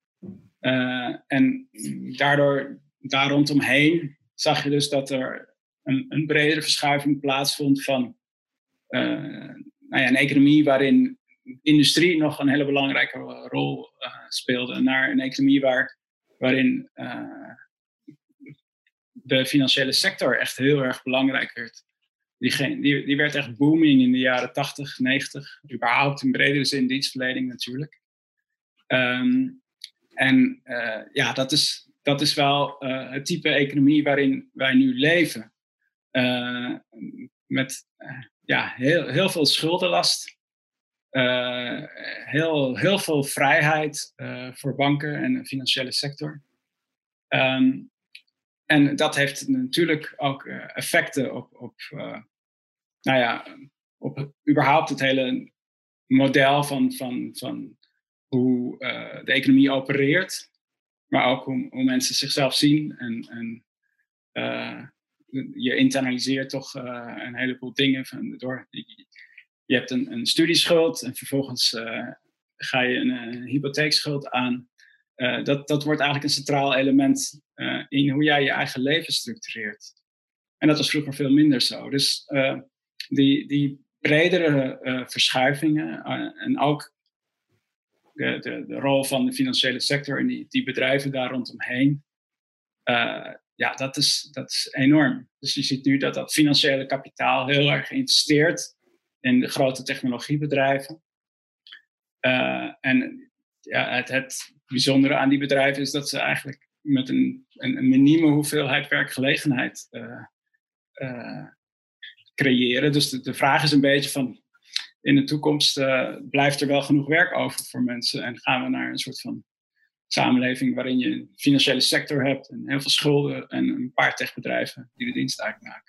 Uh, en daardoor, daar rondomheen zag je dus dat er een, een bredere verschuiving plaatsvond van uh, nou ja, een economie waarin industrie nog een hele belangrijke rol uh, speelde, naar een economie waar, waarin uh, de financiële sector echt heel erg belangrijk werd. Die, die, die werd echt booming in de jaren tachtig, negentig. Überhaupt in bredere zin dienstverlening natuurlijk. Um, en uh, ja, dat is, dat is wel uh, het type economie waarin wij nu leven. Uh, met uh, ja, heel, heel veel schuldenlast. Uh, heel, heel veel vrijheid uh, voor banken en de financiële sector. Um, En dat heeft natuurlijk ook uh, effecten op, op, uh, nou ja, op überhaupt het hele model van, van, van hoe uh, de economie opereert. Maar ook hoe, hoe mensen zichzelf zien. En, en uh, je internaliseert toch uh, een heleboel dingen. Van, door, je hebt een, een studieschuld en vervolgens uh, ga je een, een hypotheekschuld aan. Uh, dat, dat wordt eigenlijk een centraal element uh, in hoe jij je eigen leven structureert. En dat was vroeger veel minder zo. Dus uh, die, die bredere uh, verschuivingen uh, en ook de, de, de rol van de financiële sector en die, die bedrijven daar rondomheen, uh, ja, dat is, dat is enorm. Dus je ziet nu dat dat financiële kapitaal heel erg investeert in de grote technologiebedrijven. Uh, en ja, het, het bijzondere aan die bedrijven is dat ze eigenlijk met een, een, een minieme hoeveelheid werkgelegenheid uh, uh, creëren. Dus de, de vraag is een beetje van, in de toekomst uh, blijft er wel genoeg werk over voor mensen en gaan we naar een soort van samenleving waarin je een financiële sector hebt en heel veel schulden en een paar techbedrijven die de dienst uitmaken.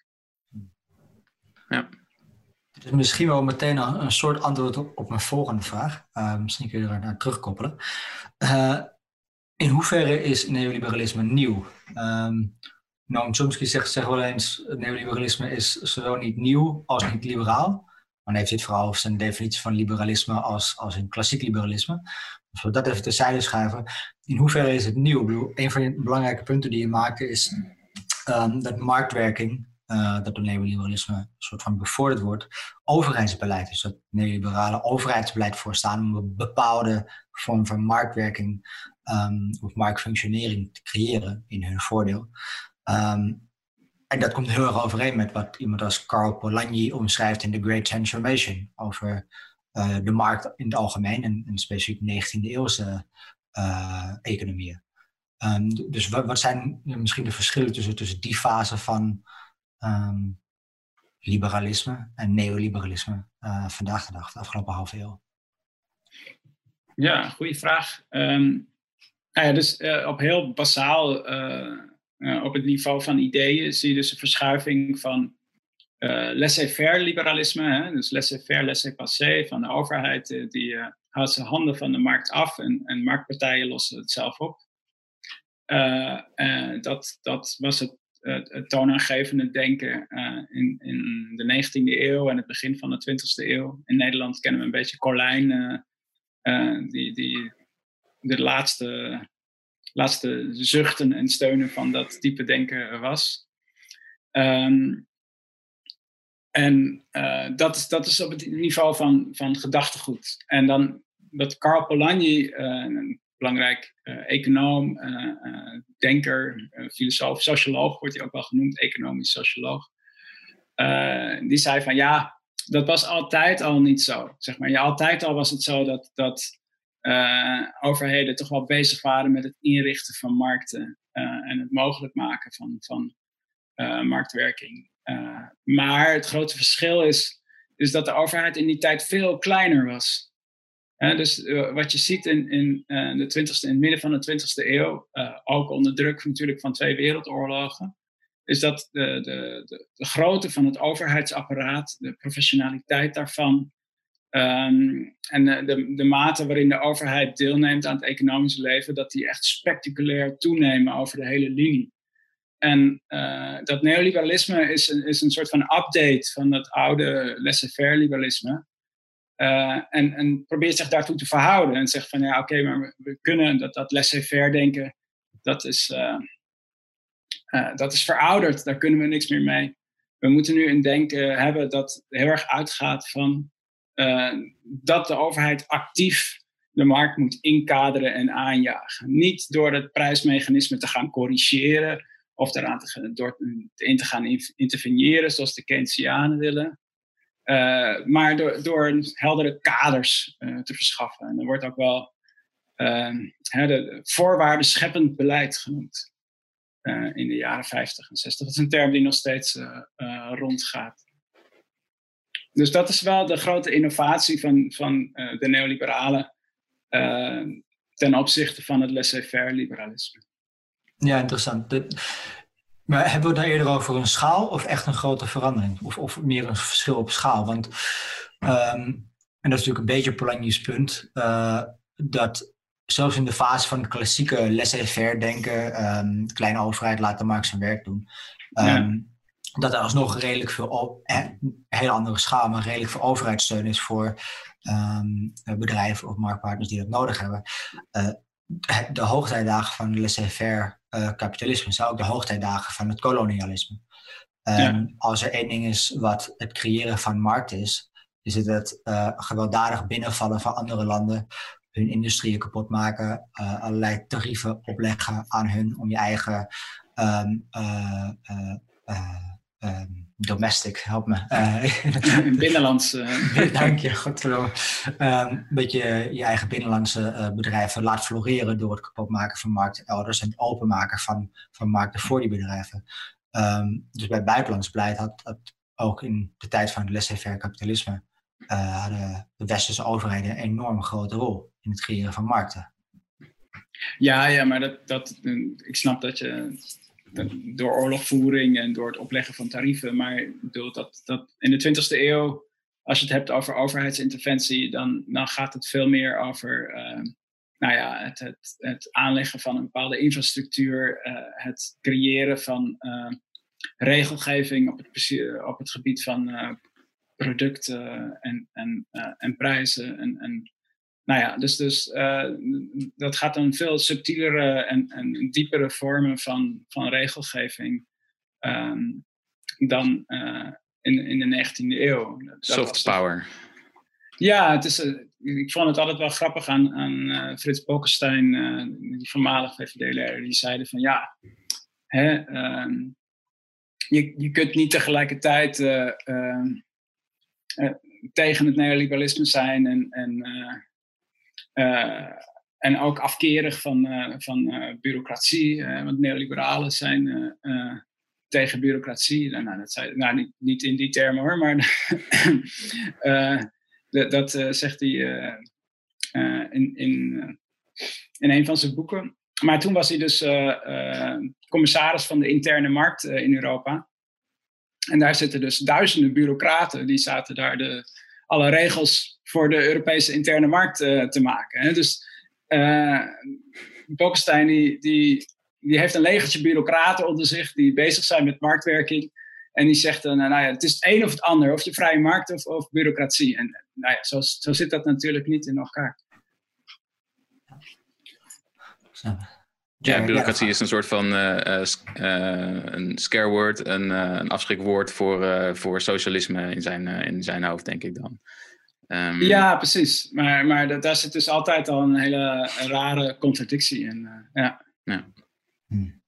Ja. Het is misschien wel meteen een, een soort antwoord op, op mijn volgende vraag. Uh, misschien kun je er naar terugkoppelen. Uh, in hoeverre is neoliberalisme nieuw? Um, Noam Chomsky zegt, zegt wel eens, neoliberalisme is zowel niet nieuw als niet liberaal. Maar dan heeft hij het vooral over zijn definitie van liberalisme als, als een klassiek liberalisme. Als we dat even terzijde schuiven. In hoeverre is het nieuw? Ik bedoel, een van de belangrijke punten die je maakt is um, dat marktwerking, uh, dat door neoliberalisme een soort van bevorderd wordt, overheidsbeleid is. Dat neoliberale overheidsbeleid voorstaan om een bepaalde vorm van marktwerking um, of marktfunctionering te creëren in hun voordeel. Um, en dat komt heel erg overeen met wat iemand als Karl Polanyi omschrijft in The Great Transformation over uh, de markt in het algemeen en, en specifiek negentiende eeuwse uh, economieën. Um, dus wat, wat zijn misschien de verschillen tussen, tussen die fase van um, liberalisme en neoliberalisme uh, vandaag de dag, de afgelopen halve eeuw? Ja, goede vraag. Um, nou ja, dus uh, op heel basaal, uh, uh, op het niveau van ideeën, zie je dus een verschuiving van uh, laissez-faire liberalisme. Hè? Dus laissez-faire, laissez-passer van de overheid. Uh, die uh, houdt zijn handen van de markt af en, en marktpartijen lossen het zelf op. Uh, uh, dat, dat was het, het, het toonaangevende denken uh, in, in de negentiende eeuw en het begin van de twintigste eeuw. In Nederland kennen we een beetje Colijn, uh, uh, die, die de laatste, laatste zuchten en steunen van dat type denken was. Um, en uh, dat, is, dat is op het niveau van, van gedachtegoed. En dan dat Karl Polanyi, uh, een belangrijk uh, econoom, uh, uh, denker, uh, filosoof, socioloog wordt hij ook wel genoemd, economisch socioloog. Uh, die zei van ja, dat was altijd al niet zo. Zeg maar. Ja, altijd al was het zo dat, dat uh, overheden toch wel bezig waren met het inrichten van markten uh, en het mogelijk maken van, van uh, marktwerking. Uh, maar het grote verschil is, is dat de overheid in die tijd veel kleiner was. Uh, dus uh, wat je ziet in, in, uh, de twintigste, in het midden van de twintigste eeuw, uh, ook onder druk natuurlijk van twee wereldoorlogen, is dat de, de, de, de grootte van het overheidsapparaat, de professionaliteit daarvan um, en de, de, de mate waarin de overheid deelneemt aan het economische leven, dat die echt spectaculair toenemen over de hele linie. En uh, dat neoliberalisme is een, is een soort van update van dat oude laissez-faire liberalisme. Uh, en, en probeert zich daartoe te verhouden. En zegt van ja, oké, okay, maar we, we kunnen dat, dat laissez-faire denken, dat is, uh, uh, dat is verouderd. Daar kunnen we niks meer mee. We moeten nu een denken hebben dat heel erg uitgaat van uh, dat de overheid actief de markt moet inkaderen en aanjagen. Niet door het prijsmechanisme te gaan corrigeren of daaraan te, door in te gaan interveneren zoals de Keynesianen willen. Uh, maar door, door heldere kaders uh, te verschaffen. En er wordt ook wel uh, hè, de voorwaarden scheppend beleid genoemd. Uh, in de jaren vijftig en zestig. Dat is een term die nog steeds uh, uh, rondgaat. Dus dat is wel de grote innovatie van, van uh, de neoliberalen uh, ten opzichte van het laissez-faire liberalisme. Ja, interessant. De, maar hebben we het daar eerder over een schaal of echt een grote verandering? Of, of meer een verschil op schaal? Want, um, en dat is natuurlijk een beetje Polanyi's punt, uh, dat zelfs in de fase van het klassieke laissez-faire denken, um, kleine overheid laat de markt zijn werk doen, um, ja. dat er alsnog redelijk veel, een hele andere schaal, maar redelijk veel overheidssteun is voor um, bedrijven of marktpartners die dat nodig hebben. Uh, de hoogtijdagen van de laissez-faire uh, kapitalisme zijn ook de hoogtijdagen van het kolonialisme. Um, ja. Als er één ding is wat het creëren van markt is, is het het uh, gewelddadig binnenvallen van andere landen, hun industrieën kapot maken, uh, allerlei tarieven opleggen aan hun om je eigen um, uh, uh, uh, um, domestic, help me. Uh, binnenlandse. Uh, Dank je, godverdomme. Um, een beetje je eigen binnenlandse uh, bedrijven laat floreren door het kapotmaken van markten elders en het openmaken van, van markten voor die bedrijven. Um, dus bij buitenlands beleid had dat ook in de tijd van het laissez-faire kapitalisme uh, hadden de westerse overheden een enorm grote rol in het creëren van markten. Ja, ja, maar dat, dat, ik snap dat je door oorlogvoering en door het opleggen van tarieven, maar ik bedoel dat, dat in de twintigste eeuw, als je het hebt over overheidsinterventie, dan, dan gaat het veel meer over uh, nou ja, het, het, het aanleggen van een bepaalde infrastructuur, uh, het creëren van uh, regelgeving op het, op het gebied van uh, producten en, en, uh, en prijzen. En, en, nou ja, dus, dus uh, dat gaat dan veel subtielere en, en diepere vormen van, van regelgeving um, dan uh, in, in de negentiende eeuw. Dat Soft power. Ja, het is, uh, ik vond het altijd wel grappig aan, aan uh, Frits Bolkestein, uh, die voormalig V V D-leider, die zeiden van ja, hè, um, je, je kunt niet tegelijkertijd uh, uh, uh, tegen het neoliberalisme zijn en, en, uh, uh, en ook afkerig van, uh, van uh, bureaucratie. Uh, want neoliberalen zijn uh, uh, tegen bureaucratie. Nou, dat zei, nou niet, niet in die termen hoor, maar uh, de, dat uh, zegt hij uh, uh, in, in, uh, in een van zijn boeken. Maar toen was hij dus uh, uh, commissaris van de interne markt uh, in Europa. En daar zitten dus duizenden bureaucraten, die zaten daar de, alle regels voor de Europese interne markt uh, te maken. Hè. Dus uh, Bokenstein die, die, die heeft een legertje bureaucraten onder zich die bezig zijn met marktwerking. En die zegt dan, nou ja, het is het een of het ander, of de vrije markt of, of bureaucratie. En nou ja, zo, zo zit dat natuurlijk niet in elkaar. Ja, bureaucratie is een soort van uh, uh, uh, een scare word, een, uh, een afschrikwoord voor, uh, voor socialisme in zijn, uh, in zijn hoofd, denk ik dan. Um, ja, precies. Maar, maar dat, daar zit dus altijd al een hele rare contradictie in. Uh, ja. Ja. Hmm.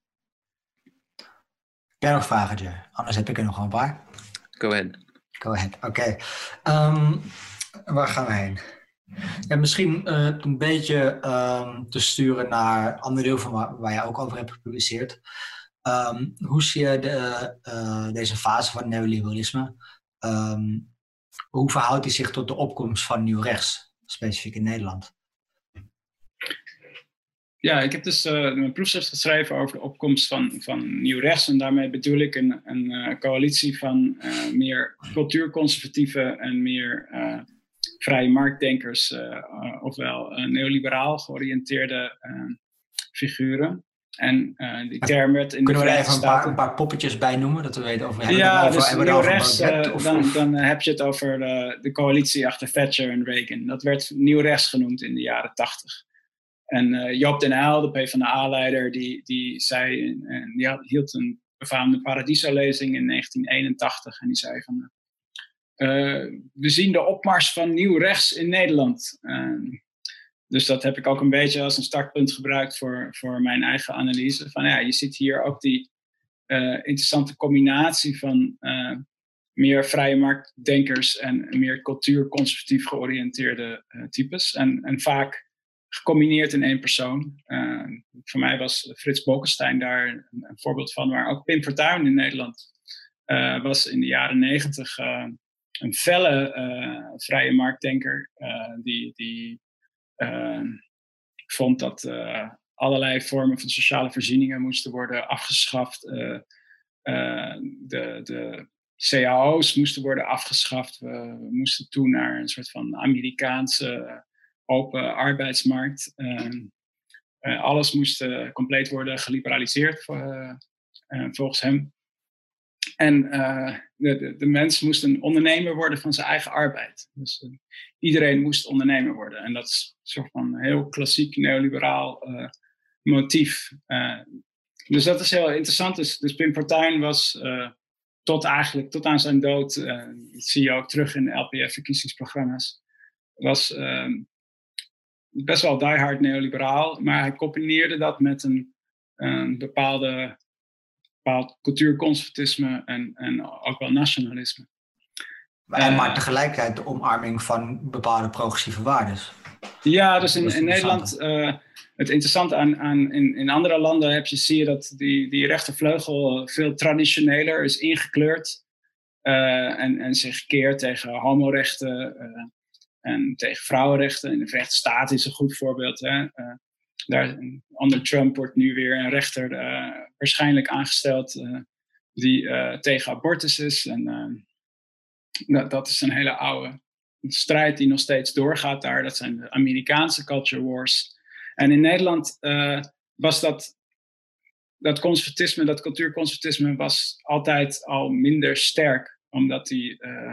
Jij nog vragen, Jer? Anders heb ik er nog een paar. Go ahead. Go ahead, oké. Okay. Um, waar gaan we heen? Ja, misschien uh, een beetje um, te sturen naar een ander deel van waar, waar jij ook over hebt gepubliceerd. Um, hoe zie je de, uh, deze fase van neoliberalisme? Um, hoe verhoudt die zich tot de opkomst van nieuw rechts, specifiek in Nederland? Ja, ik heb dus uh, mijn proefschrift geschreven over de opkomst van, van nieuw rechts. En daarmee bedoel ik een, een uh, coalitie van uh, meer cultuurconservatieve en meer uh, vrije marktdenkers, uh, uh, ofwel uh, neoliberaal georiënteerde uh, figuren. En uh, die term werd in Kunnen de we er even een paar, Staten... een paar poppetjes bij noemen, dat we weten over hebben? Ja, over, dus hebben we nieuw over rechts, Baudet, uh, of, dan, of... dan heb je het over de, de coalitie achter Thatcher en Reagan. Dat werd nieuw rechts genoemd in de jaren tachtig. En uh, Joop den Uyl, de PvdA-leider, die, die zei, en die had, hield een befaamde Paradiso-lezing in negentien eenentachtig. En die zei van, uh, we zien de opmars van nieuw rechts in Nederland. Uh, dus dat heb ik ook een beetje als een startpunt gebruikt voor, voor mijn eigen analyse. Van ja, je ziet hier ook die uh, interessante combinatie van uh, meer vrije marktdenkers en meer cultuurconservatief georiënteerde uh, types. En, en vaak gecombineerd in één persoon. Uh, voor mij was Frits Bokenstein daar een, een voorbeeld van, maar ook Pim Fortuyn in Nederland uh, was in de jaren negentig uh, een felle uh, vrije marktdenker uh, die, die uh, vond dat uh, allerlei vormen van sociale voorzieningen moesten worden afgeschaft. Uh, uh, de, de C A O's moesten worden afgeschaft. We, we moesten toe naar een soort van Amerikaanse open arbeidsmarkt. Uh, uh, alles moest uh, compleet worden geliberaliseerd uh, uh, volgens hem. En uh, de, de, de mens moest een ondernemer worden van zijn eigen arbeid. Dus uh, iedereen moest ondernemer worden. En dat is een soort van heel klassiek neoliberaal uh, motief. Uh, dus dat is heel interessant. Dus, dus Pim Fortuyn was uh, tot eigenlijk tot aan zijn dood, uh, dat zie je ook terug in de L P F-verkiezingsprogramma's, was uh, best wel diehard neoliberaal, maar hij combineerde dat met een, een bepaalde, bepaald cultuurconservatisme en, en ook wel nationalisme. En uh, maar tegelijkertijd de omarming van bepaalde progressieve waarden. Ja, dus in, in Nederland, uh, het interessante aan, aan in, in andere landen heb je, zie je dat die, die rechtervleugel veel traditioneler is ingekleurd uh, en, en zich keert tegen homorechten uh, en tegen vrouwenrechten. In de Verenigde Staten is een goed voorbeeld. Hè? Uh, daar, onder Trump wordt nu weer een rechter uh, waarschijnlijk aangesteld uh, die uh, tegen abortus is. En uh, dat, dat is een hele oude strijd die nog steeds doorgaat daar. Dat zijn de Amerikaanse culture wars. En in Nederland uh, was dat, dat conservatisme, dat cultuurconservatisme was altijd al minder sterk. Omdat die uh,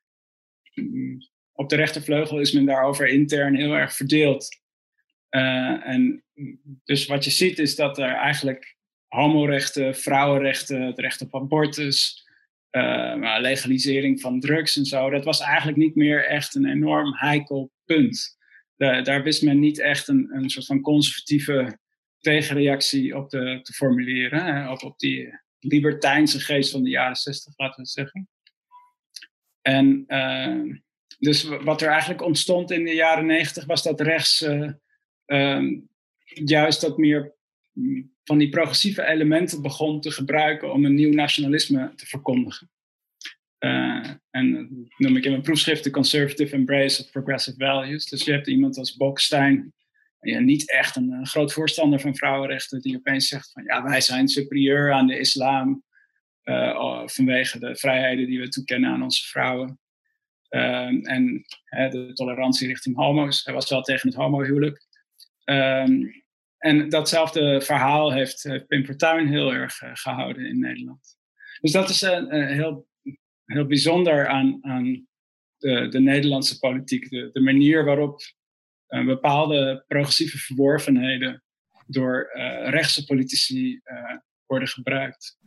op de rechtervleugel is men daarover intern heel erg verdeeld. Uh, en dus wat je ziet is dat er eigenlijk homorechten, vrouwenrechten, het recht op abortus, uh, legalisering van drugs en zo, dat was eigenlijk niet meer echt een enorm heikel punt. De, daar wist men niet echt een, een soort van conservatieve tegenreactie op te, te formuleren. Hè, op, op die libertijnse geest van de jaren zestig, laten we het zeggen. En uh, dus wat er eigenlijk ontstond in de jaren negentig was dat rechts uh, um, juist dat meer van die progressieve elementen begon te gebruiken om een nieuw nationalisme te verkondigen. Uh, en dat noem ik in mijn proefschrift de conservative embrace of progressive values. Dus je hebt iemand als Bolkestein, ja, niet echt een, een groot voorstander van vrouwenrechten, die opeens zegt van ja, wij zijn superieur aan de islam uh, vanwege de vrijheden die we toekennen aan onze vrouwen. Uh, en uh, de tolerantie richting homo's. Hij was wel tegen het homohuwelijk. Um, en datzelfde verhaal heeft, heeft Pim Fortuyn heel erg uh, gehouden in Nederland. Dus dat is uh, uh, heel, heel bijzonder aan, aan de, de Nederlandse politiek. De, de manier waarop uh, bepaalde progressieve verworvenheden door uh, rechtse politici uh, worden gebruikt.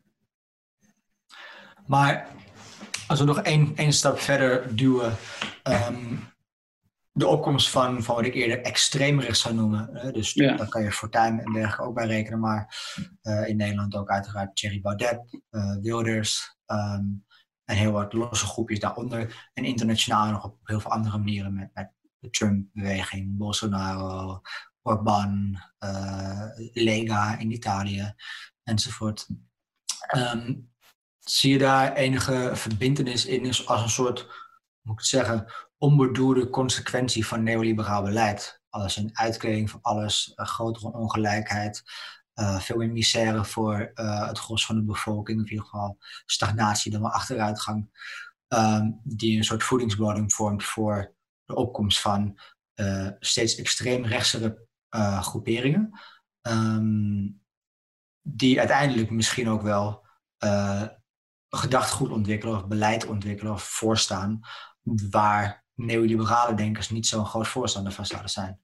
Maar als we nog één, één stap verder duwen, um, de opkomst van, van wat ik eerder extreemrechts zou noemen, hè? Dus ja. Daar kan je Fortuyn en dergelijke ook bij rekenen, maar uh, in Nederland ook uiteraard Thierry Baudet, uh, Wilders um, en heel wat losse groepjes daaronder. En internationaal nog op heel veel andere manieren met, met de Trump-beweging, Bolsonaro, Orbán, uh, Lega in Italië enzovoort. Um, zie je daar enige verbintenis in als een soort, hoe moet ik het zeggen, onbedoelde consequentie van neoliberaal beleid? Alles in uitkleding van alles, uh, grotere ongelijkheid, uh, veel meer misère voor uh, het gros van de bevolking, of in ieder geval stagnatie, dan wel achteruitgang, um, die een soort voedingsbodem vormt voor de opkomst van uh, steeds extreem rechtsere uh, groeperingen, um, die uiteindelijk misschien ook wel uh, gedachtegoed ontwikkelen of beleid ontwikkelen of voorstaan waar neoliberale denkers niet zo'n groot voorstander van zouden zijn.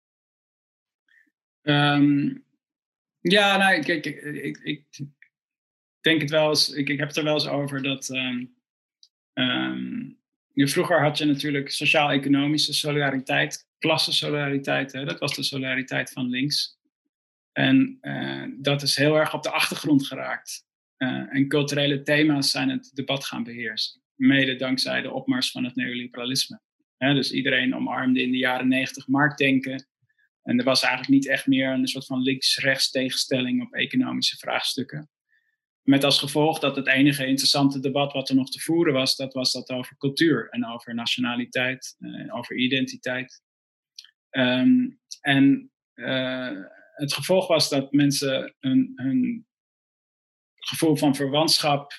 Um, ja, nou, ik, ik, ik, ik denk het wel eens, ik, ik heb het er wel eens over dat um, um, vroeger had je natuurlijk sociaal-economische solidariteit, klassensolidariteit, hè, dat was de solidariteit van links. En uh, dat is heel erg op de achtergrond geraakt. Uh, en culturele thema's zijn het debat gaan beheersen. Mede dankzij de opmars van het neoliberalisme. He, dus iedereen omarmde in de jaren negentig marktdenken. En er was eigenlijk niet echt meer een soort van links-rechts tegenstelling op economische vraagstukken. Met als gevolg dat het enige interessante debat wat er nog te voeren was, dat was dat over cultuur en over nationaliteit en over identiteit. Um, en uh, het gevolg was dat mensen hun, hun gevoel van verwantschap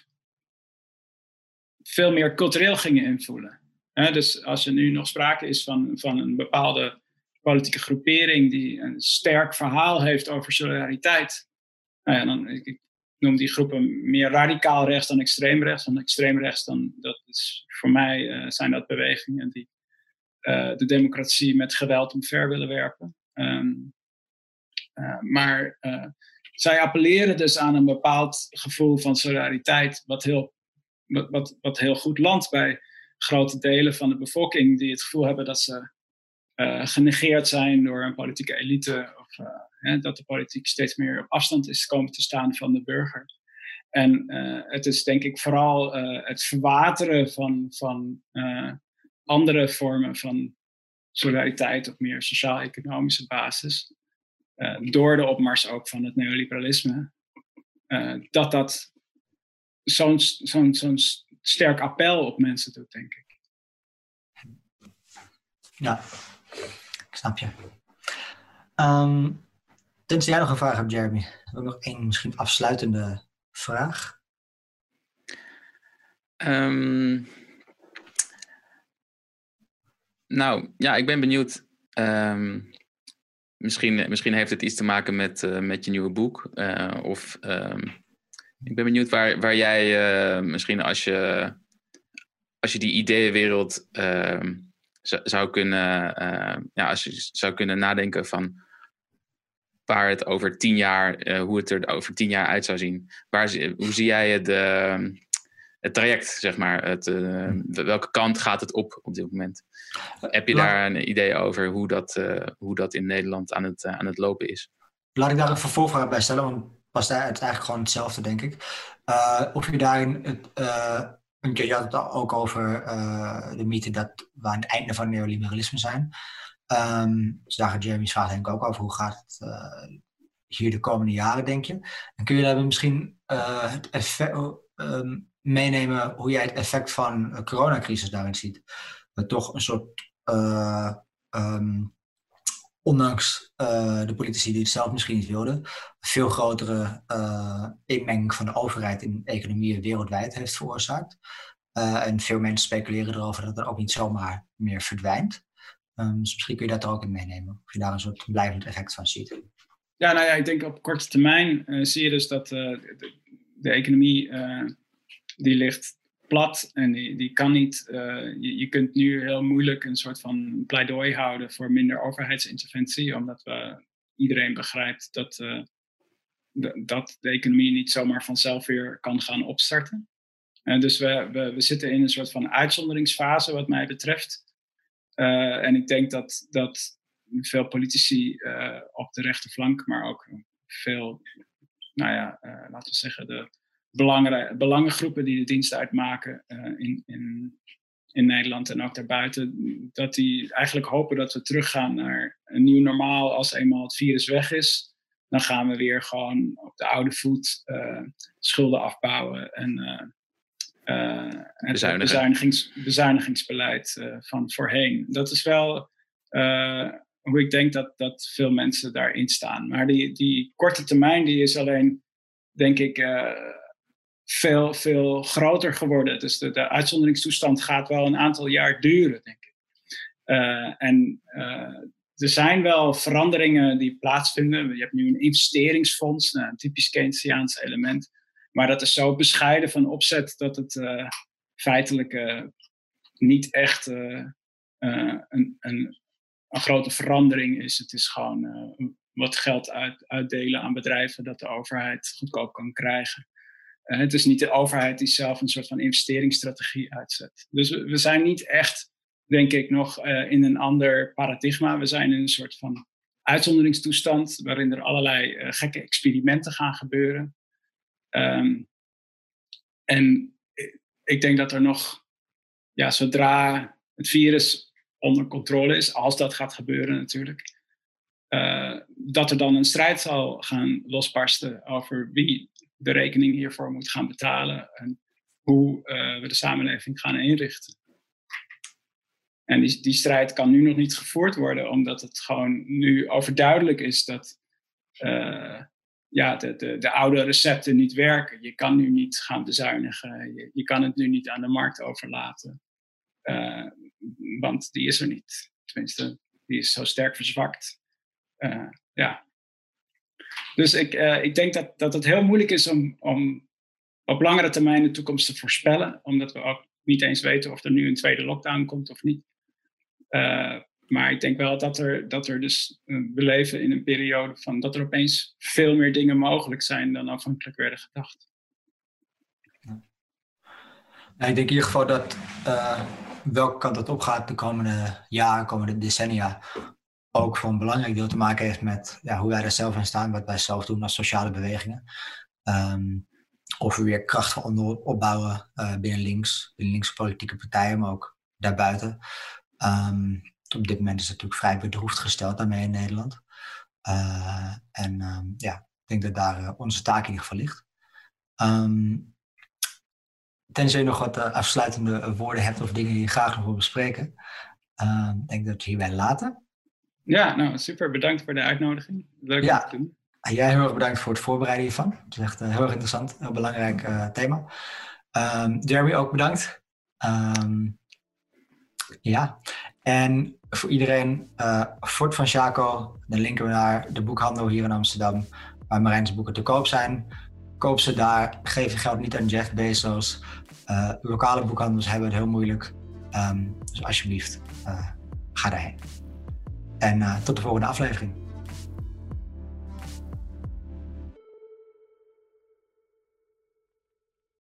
veel meer cultureel gingen invoelen. He, dus als er nu nog sprake is van, van een bepaalde politieke groepering die een sterk verhaal heeft over solidariteit, nou ja, dan, ik, ik noem die groepen meer radicaal rechts dan extreem rechts. Want extreem rechts, dan, dat is, voor mij uh, zijn dat bewegingen die uh, de democratie met geweld omver willen werpen. Um, uh, maar uh, zij appelleren dus aan een bepaald gevoel van solidariteit wat heel Wat, wat, wat heel goed landt bij grote delen van de bevolking die het gevoel hebben dat ze uh, genegeerd zijn door een politieke elite of uh, hè, dat de politiek steeds meer op afstand is komen te staan van de burger. En uh, het is denk ik vooral uh, het verwateren van, van uh, andere vormen van solidariteit op meer sociaal-economische basis, uh, door de opmars ook van het neoliberalisme, uh, dat dat Zo'n, zo'n, zo'n sterk appel op mensen doet, denk ik. Ja, ik snap je. Um, tenzij jij nog een vraag hebt, Jeremy. Heb ik nog één misschien afsluitende vraag? Um, nou, ja, ik ben benieuwd. Um, misschien, misschien heeft het iets te maken met, uh, met je nieuwe boek. Uh, of... Um, Ik ben benieuwd waar, waar jij uh, misschien als je, als je die ideeënwereld uh, z- zou kunnen, uh, ja, als je zou kunnen nadenken van waar het over tien jaar, uh, hoe het er over tien jaar uit zou zien. Waar, hoe zie jij het, uh, het traject, zeg maar? Het, uh, welke kant gaat het op op dit moment? Heb je Laat, daar een idee over hoe dat, uh, hoe dat in Nederland aan het, uh, aan het lopen is? Laat ik daar een vervolgvraag bij stellen, want het is eigenlijk gewoon hetzelfde, denk ik. Uh, of je daarin het, uh, je had het ook over uh, de mythe dat we aan het einde van neoliberalisme zijn. Um, dus daar gaat Jeremy's vraag denk ik ook over. Hoe gaat het uh, hier de komende jaren, denk je? En kun je daar misschien uh, het effect, um, meenemen hoe jij het effect van de coronacrisis daarin ziet? Dat toch een soort, uh, um, ondanks uh, de politici die het zelf misschien niet wilden, veel grotere uh, inmenging van de overheid in economieën wereldwijd heeft veroorzaakt. Uh, en veel mensen speculeren erover dat het ook niet zomaar meer verdwijnt. Um, dus misschien kun je dat er ook in meenemen. Of je daar een soort blijvend effect van ziet. Ja, nou ja, ik denk op korte termijn uh, zie je dus dat uh, de, de economie uh, die ligt plat en die, die kan niet. Uh, je, je kunt nu heel moeilijk een soort van pleidooi houden voor minder overheidsinterventie, omdat we, iedereen begrijpt dat, uh, de, dat de economie niet zomaar vanzelf weer kan gaan opstarten. Uh, dus we, we, we zitten in een soort van uitzonderingsfase wat mij betreft. Uh, en ik denk dat, dat veel politici uh, op de rechterflank, maar ook veel, nou ja, uh, laten we zeggen, de belangengroepen die de dienst uitmaken uh, in, in, in Nederland en ook daarbuiten, dat die eigenlijk hopen dat we teruggaan naar een nieuw normaal als eenmaal het virus weg is. Dan gaan we weer gewoon op de oude voet uh, schulden afbouwen en uh, Uh, het bezuinigings, bezuinigingsbeleid uh, van voorheen. Dat is wel uh, hoe ik denk dat, dat veel mensen daarin staan. Maar die, die korte termijn die is alleen, denk ik, uh, veel, veel groter geworden. Dus de, de uitzonderingstoestand gaat wel een aantal jaar duren, denk ik. Uh, en uh, er zijn wel veranderingen die plaatsvinden. Je hebt nu een investeringsfonds, nou, een typisch Keynesiaans element. Maar dat is zo bescheiden van opzet dat het uh, feitelijk uh, niet echt uh, uh, een, een, een grote verandering is. Het is gewoon uh, wat geld uit, uitdelen aan bedrijven dat de overheid goedkoop kan krijgen. Uh, het is niet de overheid die zelf een soort van investeringsstrategie uitzet. Dus we, we zijn niet echt, denk ik, nog uh, in een ander paradigma. We zijn in een soort van uitzonderingstoestand waarin er allerlei uh, gekke experimenten gaan gebeuren. Um, en ik denk dat er nog, ja, zodra het virus onder controle is, als dat gaat gebeuren natuurlijk, uh, dat er dan een strijd zal gaan losbarsten over wie de rekening hiervoor moet gaan betalen en hoe uh, we de samenleving gaan inrichten. En die, die strijd kan nu nog niet gevoerd worden, omdat het gewoon nu overduidelijk is dat uh, ja, de, de, de oude recepten niet werken. Je kan nu niet gaan bezuinigen. Je, je kan het nu niet aan de markt overlaten. Uh, want die is er niet. Tenminste, die is zo sterk verzwakt. Uh, ja. Dus ik, uh, ik denk dat, dat het heel moeilijk is om, om op langere termijn de toekomst te voorspellen. Omdat we ook niet eens weten of er nu een tweede lockdown komt of niet. Uh, Maar ik denk wel dat er, dat er dus, uh, we leven in een periode van dat er opeens veel meer dingen mogelijk zijn dan afhankelijk werden gedacht. Ja. Nou, ik denk in ieder geval dat uh, welke kant het op gaat de komende jaren, de komende decennia, ook voor een belangrijk deel te maken heeft met ja, hoe wij er zelf in staan, wat wij zelf doen als sociale bewegingen. Um, of we weer kracht gaan onder, opbouwen uh, binnen links, binnen linkse politieke partijen, maar ook daarbuiten. Um, Op dit moment is het natuurlijk vrij bedroefd gesteld daarmee in Nederland. Uh, en um, ja, ik denk dat daar uh, onze taak in ieder geval ligt. Um, tenzij je nog wat uh, afsluitende woorden hebt of dingen die je graag nog wil bespreken. Uh, ik denk dat we hierbij laten. Ja, nou super. Bedankt voor de uitnodiging. Leuk ja, om te doen. Jij heel erg bedankt voor het voorbereiden hiervan. Het is echt uh, heel erg interessant. Heel belangrijk uh, thema. Um, Jeremy ook bedankt. Um, ja, en voor iedereen, uh, Fort van Schakel, dan linken we naar de boekhandel hier in Amsterdam, waar Marijn's boeken te koop zijn. Koop ze daar, geef je geld niet aan Jeff Bezos. Uh, lokale boekhandels hebben het heel moeilijk. Um, dus alsjeblieft, uh, ga daarheen. En uh, tot de volgende aflevering.